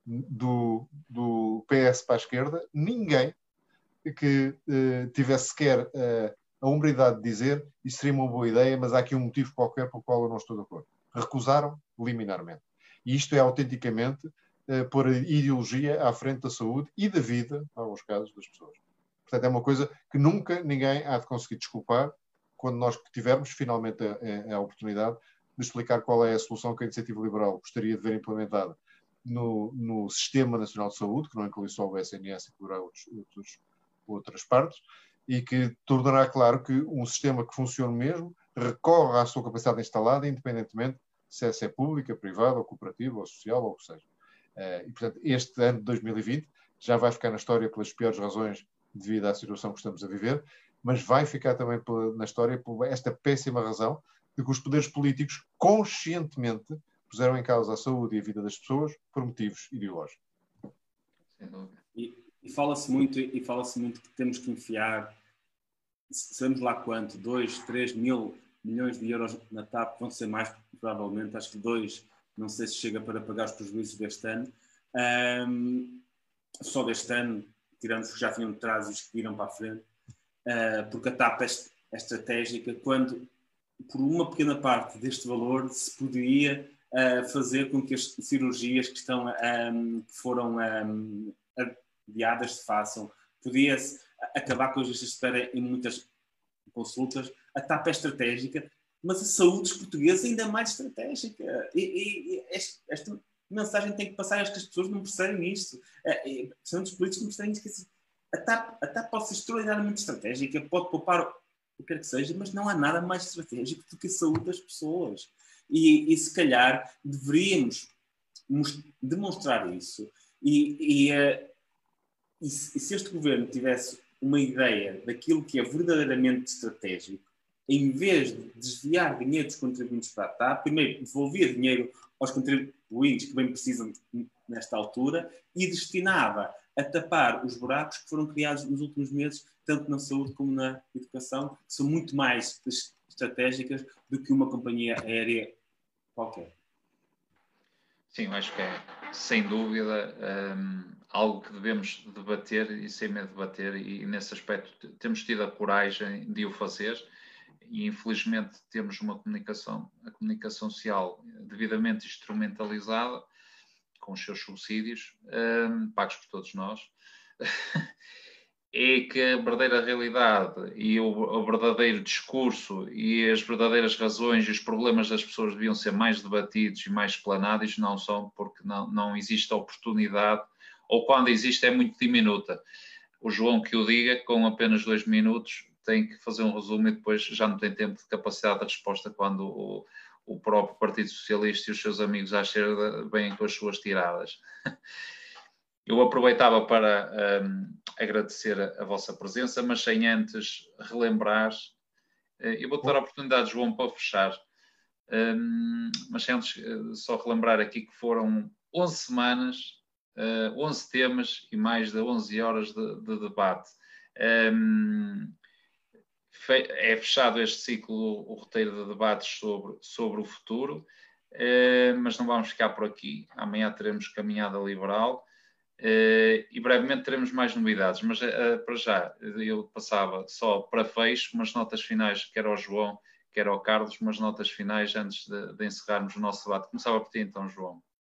do, do P S para a esquerda, ninguém que eh, tivesse sequer eh, a humildade de dizer isso seria uma boa ideia, mas há aqui um motivo qualquer pelo qual eu não estou de acordo. Recusaram liminarmente. E isto é autenticamente eh, pôr a ideologia à frente da saúde e da vida, em alguns casos, das pessoas. Portanto, é uma coisa que nunca ninguém há de conseguir desculpar quando nós tivermos finalmente a, a, a oportunidade de explicar qual é a solução que a Iniciativa Liberal gostaria de ver implementada no, no Sistema Nacional de Saúde, que não inclui só o S N S, incluirá outros, outros, outras partes, e que tornará claro que um sistema que funcione mesmo recorre à sua capacidade instalada, independentemente se essa é pública, privada, ou cooperativa, ou social, ou o que seja. E, portanto, este ano de dois mil e vinte já vai ficar na história pelas piores razões devido à situação que estamos a viver, mas vai ficar também pela, na história por esta péssima razão de que os poderes políticos conscientemente puseram em causa a saúde e a vida das pessoas por motivos ideológicos. E, e fala-se muito, e fala-se muito que temos que enfiar, sabemos lá quanto, dois, três mil milhões de euros na T A P, vão ser mais, provavelmente, acho que dois, não sei se chega para pagar os prejuízos deste ano. Um, só deste ano, tirando os que já vinham de trás e os que viram para a frente, uh, porque a T A P é, é estratégica, quando por uma pequena parte deste valor se poderia uh, fazer com que as cirurgias que, estão, um, que foram um, adiadas se façam, podia-se acabar com as listas de espera em muitas consultas. A T A P é estratégica, mas a saúde dos portugueses é ainda mais estratégica. E, e, e esta, esta mensagem tem que passar, acho que as pessoas não percebem isto. São dos políticos que não percebem isto. A T A P, a T A P pode ser extraordinariamente estratégica, pode poupar o que quer que seja, mas não há nada mais estratégico do que a saúde das pessoas. E, e se calhar deveríamos demonstrar isso. E, e, e, se, e se este governo tivesse uma ideia daquilo que é verdadeiramente estratégico, em vez de desviar dinheiro dos contribuintes para a T A P, primeiro devolvia dinheiro aos contribuintes que bem precisam nesta altura e destinava a tapar os buracos que foram criados nos últimos meses, tanto na saúde como na educação, que são muito mais estratégicas do que uma companhia aérea qualquer. Sim, acho que é, sem dúvida, um, algo que devemos debater e sem medo de debater, e nesse aspecto temos tido a coragem de o fazer, e infelizmente temos uma comunicação, a comunicação social devidamente instrumentalizada, com os seus subsídios, um, pagos por todos nós, é que a verdadeira realidade e o, o verdadeiro discurso e as verdadeiras razões e os problemas das pessoas deviam ser mais debatidos e mais explanados, não são, porque não, não existe oportunidade, ou quando existe é muito diminuta. O João que o diga, com apenas dois minutos, tem que fazer um resumo e depois já não tem tempo de capacidade de resposta quando o, o próprio Partido Socialista e os seus amigos à esquerda vêm com as suas tiradas. Eu aproveitava para um, agradecer a, a vossa presença, mas sem antes relembrar Eu vou dar a oportunidade, João, para fechar. Um, mas antes, só relembrar aqui que foram onze semanas, uh, onze temas e mais de onze horas de, de debate. Um, é fechado este ciclo, o roteiro de debates sobre, sobre o futuro, uh, mas não vamos ficar por aqui. Amanhã teremos Caminhada Liberal. Uh, e brevemente teremos mais novidades, mas uh, para já eu passava só para fecho umas notas finais, quer ao João, quer ao Carlos, umas notas finais antes de, de encerrarmos o nosso debate. Começava por ti então, João.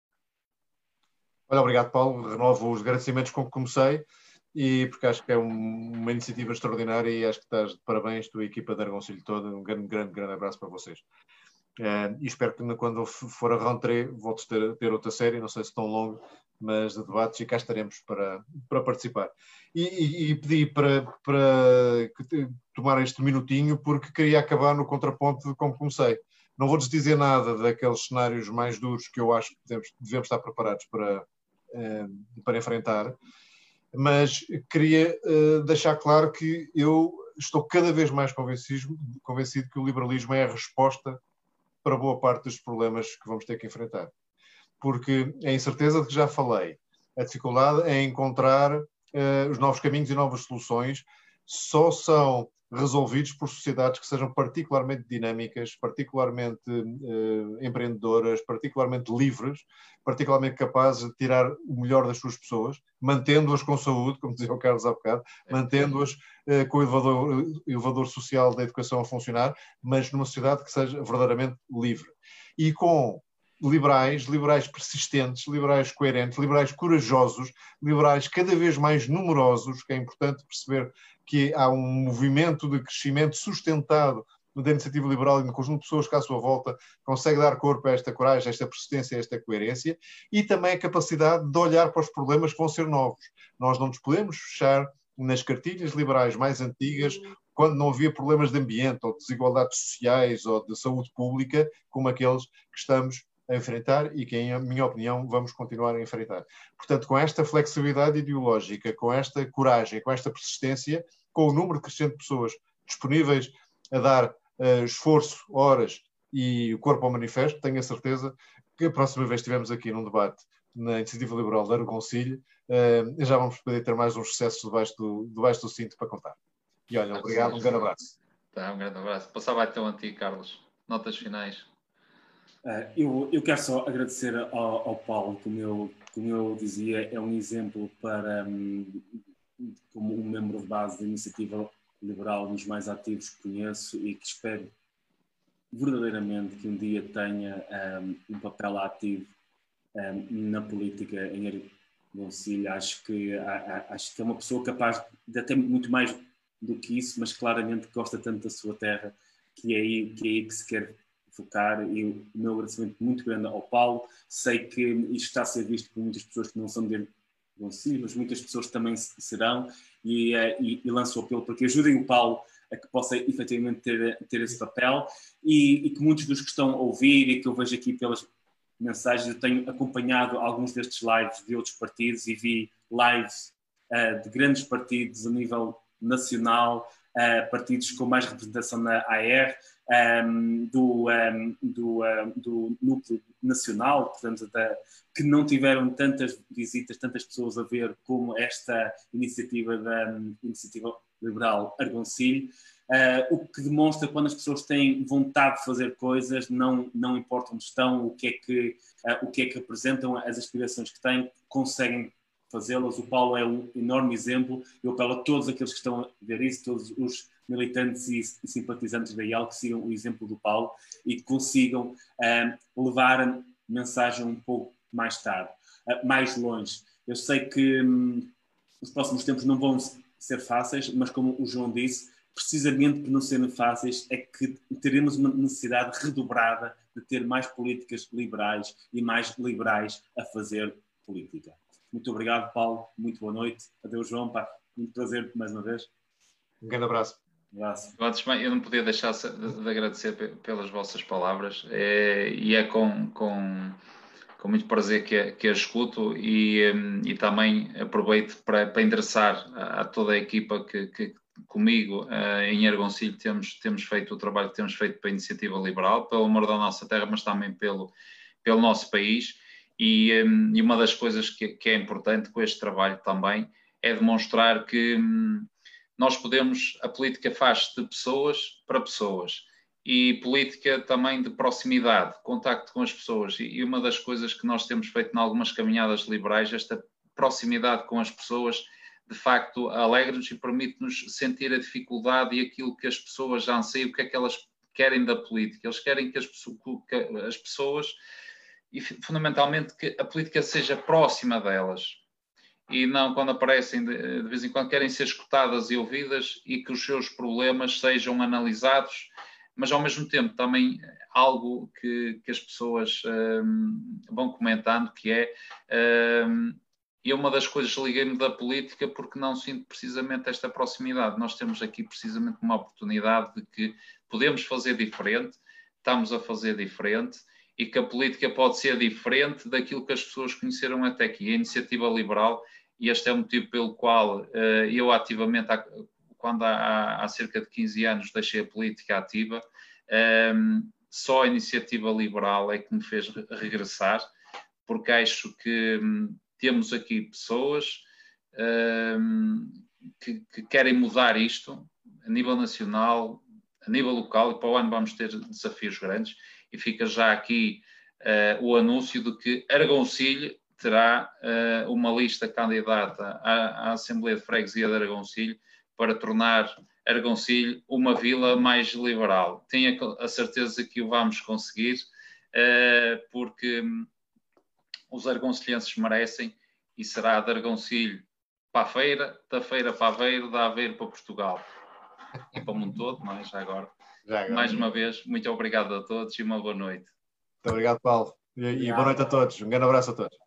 Olha, obrigado, Paulo. Renovo os agradecimentos com que comecei, e porque acho que é um, uma iniciativa extraordinária e acho que estás de parabéns, tua equipa de Argoncilho toda. Um grande, grande, grande abraço para vocês. Uh, e espero que quando for a rentrée voltes a ter, ter outra série, não sei se tão longa, mas de debates, e cá estaremos para, para participar. E, e, e pedi para, para tomar este minutinho, porque queria acabar no contraponto de como comecei. Não vou-lhes dizer nada daqueles cenários mais duros que eu acho que devemos, devemos estar preparados para, uh, para enfrentar, mas queria uh, deixar claro que eu estou cada vez mais convencido, convencido que o liberalismo é a resposta para boa parte dos problemas que vamos ter que enfrentar. Porque a incerteza de que já falei, a dificuldade em encontrar uh, os novos caminhos e novas soluções, só são resolvidos por sociedades que sejam particularmente dinâmicas, particularmente uh, empreendedoras, particularmente livres, particularmente capazes de tirar o melhor das suas pessoas, mantendo-as com saúde, como dizia o Carlos há bocado, mantendo-as uh, com o elevador, elevador social da educação a funcionar, mas numa sociedade que seja verdadeiramente livre. E com liberais, liberais persistentes, liberais coerentes, liberais corajosos, liberais cada vez mais numerosos, que é importante perceber que há um movimento de crescimento sustentado da iniciativa liberal e no conjunto de pessoas que à sua volta consegue dar corpo a esta coragem, a esta persistência, a esta coerência, e também a capacidade de olhar para os problemas que vão ser novos. Nós não nos podemos fechar nas cartilhas liberais mais antigas, quando não havia problemas de ambiente, ou de desigualdades sociais, ou de saúde pública, como aqueles que estamos a enfrentar e que, em minha opinião, vamos continuar a enfrentar. Portanto, com esta flexibilidade ideológica, com esta coragem, com esta persistência, com o número crescente de pessoas disponíveis a dar uh, esforço, horas e o corpo ao manifesto, tenho a certeza que a próxima vez que estivermos aqui num debate na Iniciativa Liberal de Argoncilho, uh, já vamos poder ter mais uns sucessos debaixo do, debaixo do cinto para contar. E olha, obrigado, um grande abraço. Tá, um grande abraço. Passava então a ti, Carlos. Notas finais. Uh, eu, eu quero só agradecer ao, ao Paulo, como eu, como eu dizia, é um exemplo para, um, como um membro de base da Iniciativa Liberal, um dos mais ativos que conheço, e que espero verdadeiramente que um dia tenha um, um papel ativo um, na política em Argoncilho. Acho que, a, a, acho que é uma pessoa capaz de até muito mais do que isso, mas claramente gosta tanto da sua terra, que é aí que, é aí que se quer focar. E o meu agradecimento muito grande ao Paulo. Sei que isto está a ser visto por muitas pessoas que não são de Argoncilho, mas muitas pessoas também serão, e, e, e lanço o apelo para que ajudem o Paulo a que possa efetivamente ter, ter esse papel, e, e que muitos dos que estão a ouvir, e que eu vejo aqui pelas mensagens, eu tenho acompanhado alguns destes lives de outros partidos, e vi lives uh, de grandes partidos a nível nacional, uh, partidos com mais representação na A R, um, do, um, do, um, do núcleo nacional, portanto, da, que não tiveram tantas visitas, tantas pessoas a ver como esta iniciativa da um, Iniciativa Liberal Argoncilho, uh, o que demonstra que quando as pessoas têm vontade de fazer coisas, não, não importa onde estão, o que é que, uh, o que é que representam, as aspirações que têm, conseguem fazê-las. O Paulo é um enorme exemplo. Eu apelo a todos aqueles que estão a ver isso, todos os militantes e simpatizantes da I A L, que sigam o exemplo do Paulo e que consigam uh, levar a mensagem um pouco mais tarde, uh, mais longe. Eu sei que um, os próximos tempos não vão ser fáceis, mas como o João disse, precisamente por não serem fáceis, é que teremos uma necessidade redobrada de ter mais políticas liberais e mais liberais a fazer política. Muito obrigado, Paulo. Muito boa noite. Adeus, João. Pá, muito prazer mais uma vez. Um grande abraço. Um abraço. Antes de mais, eu não podia deixar de, de agradecer pelas vossas palavras, é, e é com, com, com muito prazer que a, que a escuto, e, e também aproveito para, para endereçar a, a toda a equipa que, que, comigo uh, em Argoncilho temos, temos feito o trabalho que temos feito para a Iniciativa Liberal, pelo amor da nossa terra, mas também pelo, pelo nosso país. E, um, e uma das coisas que, que é importante com este trabalho também é demonstrar que um, nós podemos, a política faz de pessoas para pessoas, e política também de proximidade, contacto com as pessoas. E, e uma das coisas que nós temos feito em algumas caminhadas liberais, esta proximidade com as pessoas, de facto, alegra-nos e permite-nos sentir a dificuldade e aquilo que as pessoas já anseiam, o que é que elas querem da política. Eles querem que as, que as pessoas, e fundamentalmente, que a política seja próxima delas. E não quando aparecem, de, de vez em quando, querem ser escutadas e ouvidas e que os seus problemas sejam analisados, mas ao mesmo tempo também algo que, que as pessoas um, vão comentando, que é... Um, E uma das coisas, liguei-me da política porque não sinto precisamente esta proximidade. Nós temos aqui precisamente uma oportunidade de que podemos fazer diferente, estamos a fazer diferente, e que a política pode ser diferente daquilo que as pessoas conheceram até aqui. A Iniciativa Liberal, e este é o motivo pelo qual uh, eu ativamente, quando há, há cerca de quinze anos deixei a política ativa, um, só a Iniciativa Liberal é que me fez regressar, porque acho que... Um, temos aqui pessoas um, que, que querem mudar isto a nível nacional, a nível local, e para o ano vamos ter desafios grandes, e fica já aqui uh, o anúncio de que Argoncilho terá uh, uma lista candidata à, à Assembleia de Freguesia de Argoncilho para tornar Argoncilho uma vila mais liberal. Tenho a certeza que o vamos conseguir, uh, porque... os argoncilhenses merecem, e será de Argoncilho para a feira, da feira para Aveiro, da Aveiro para Portugal. E para o mundo todo, mas já agora. Já agora. Mais uma vez, muito obrigado a todos e uma boa noite. Muito obrigado, Paulo. E, e boa noite a todos. Um grande abraço a todos.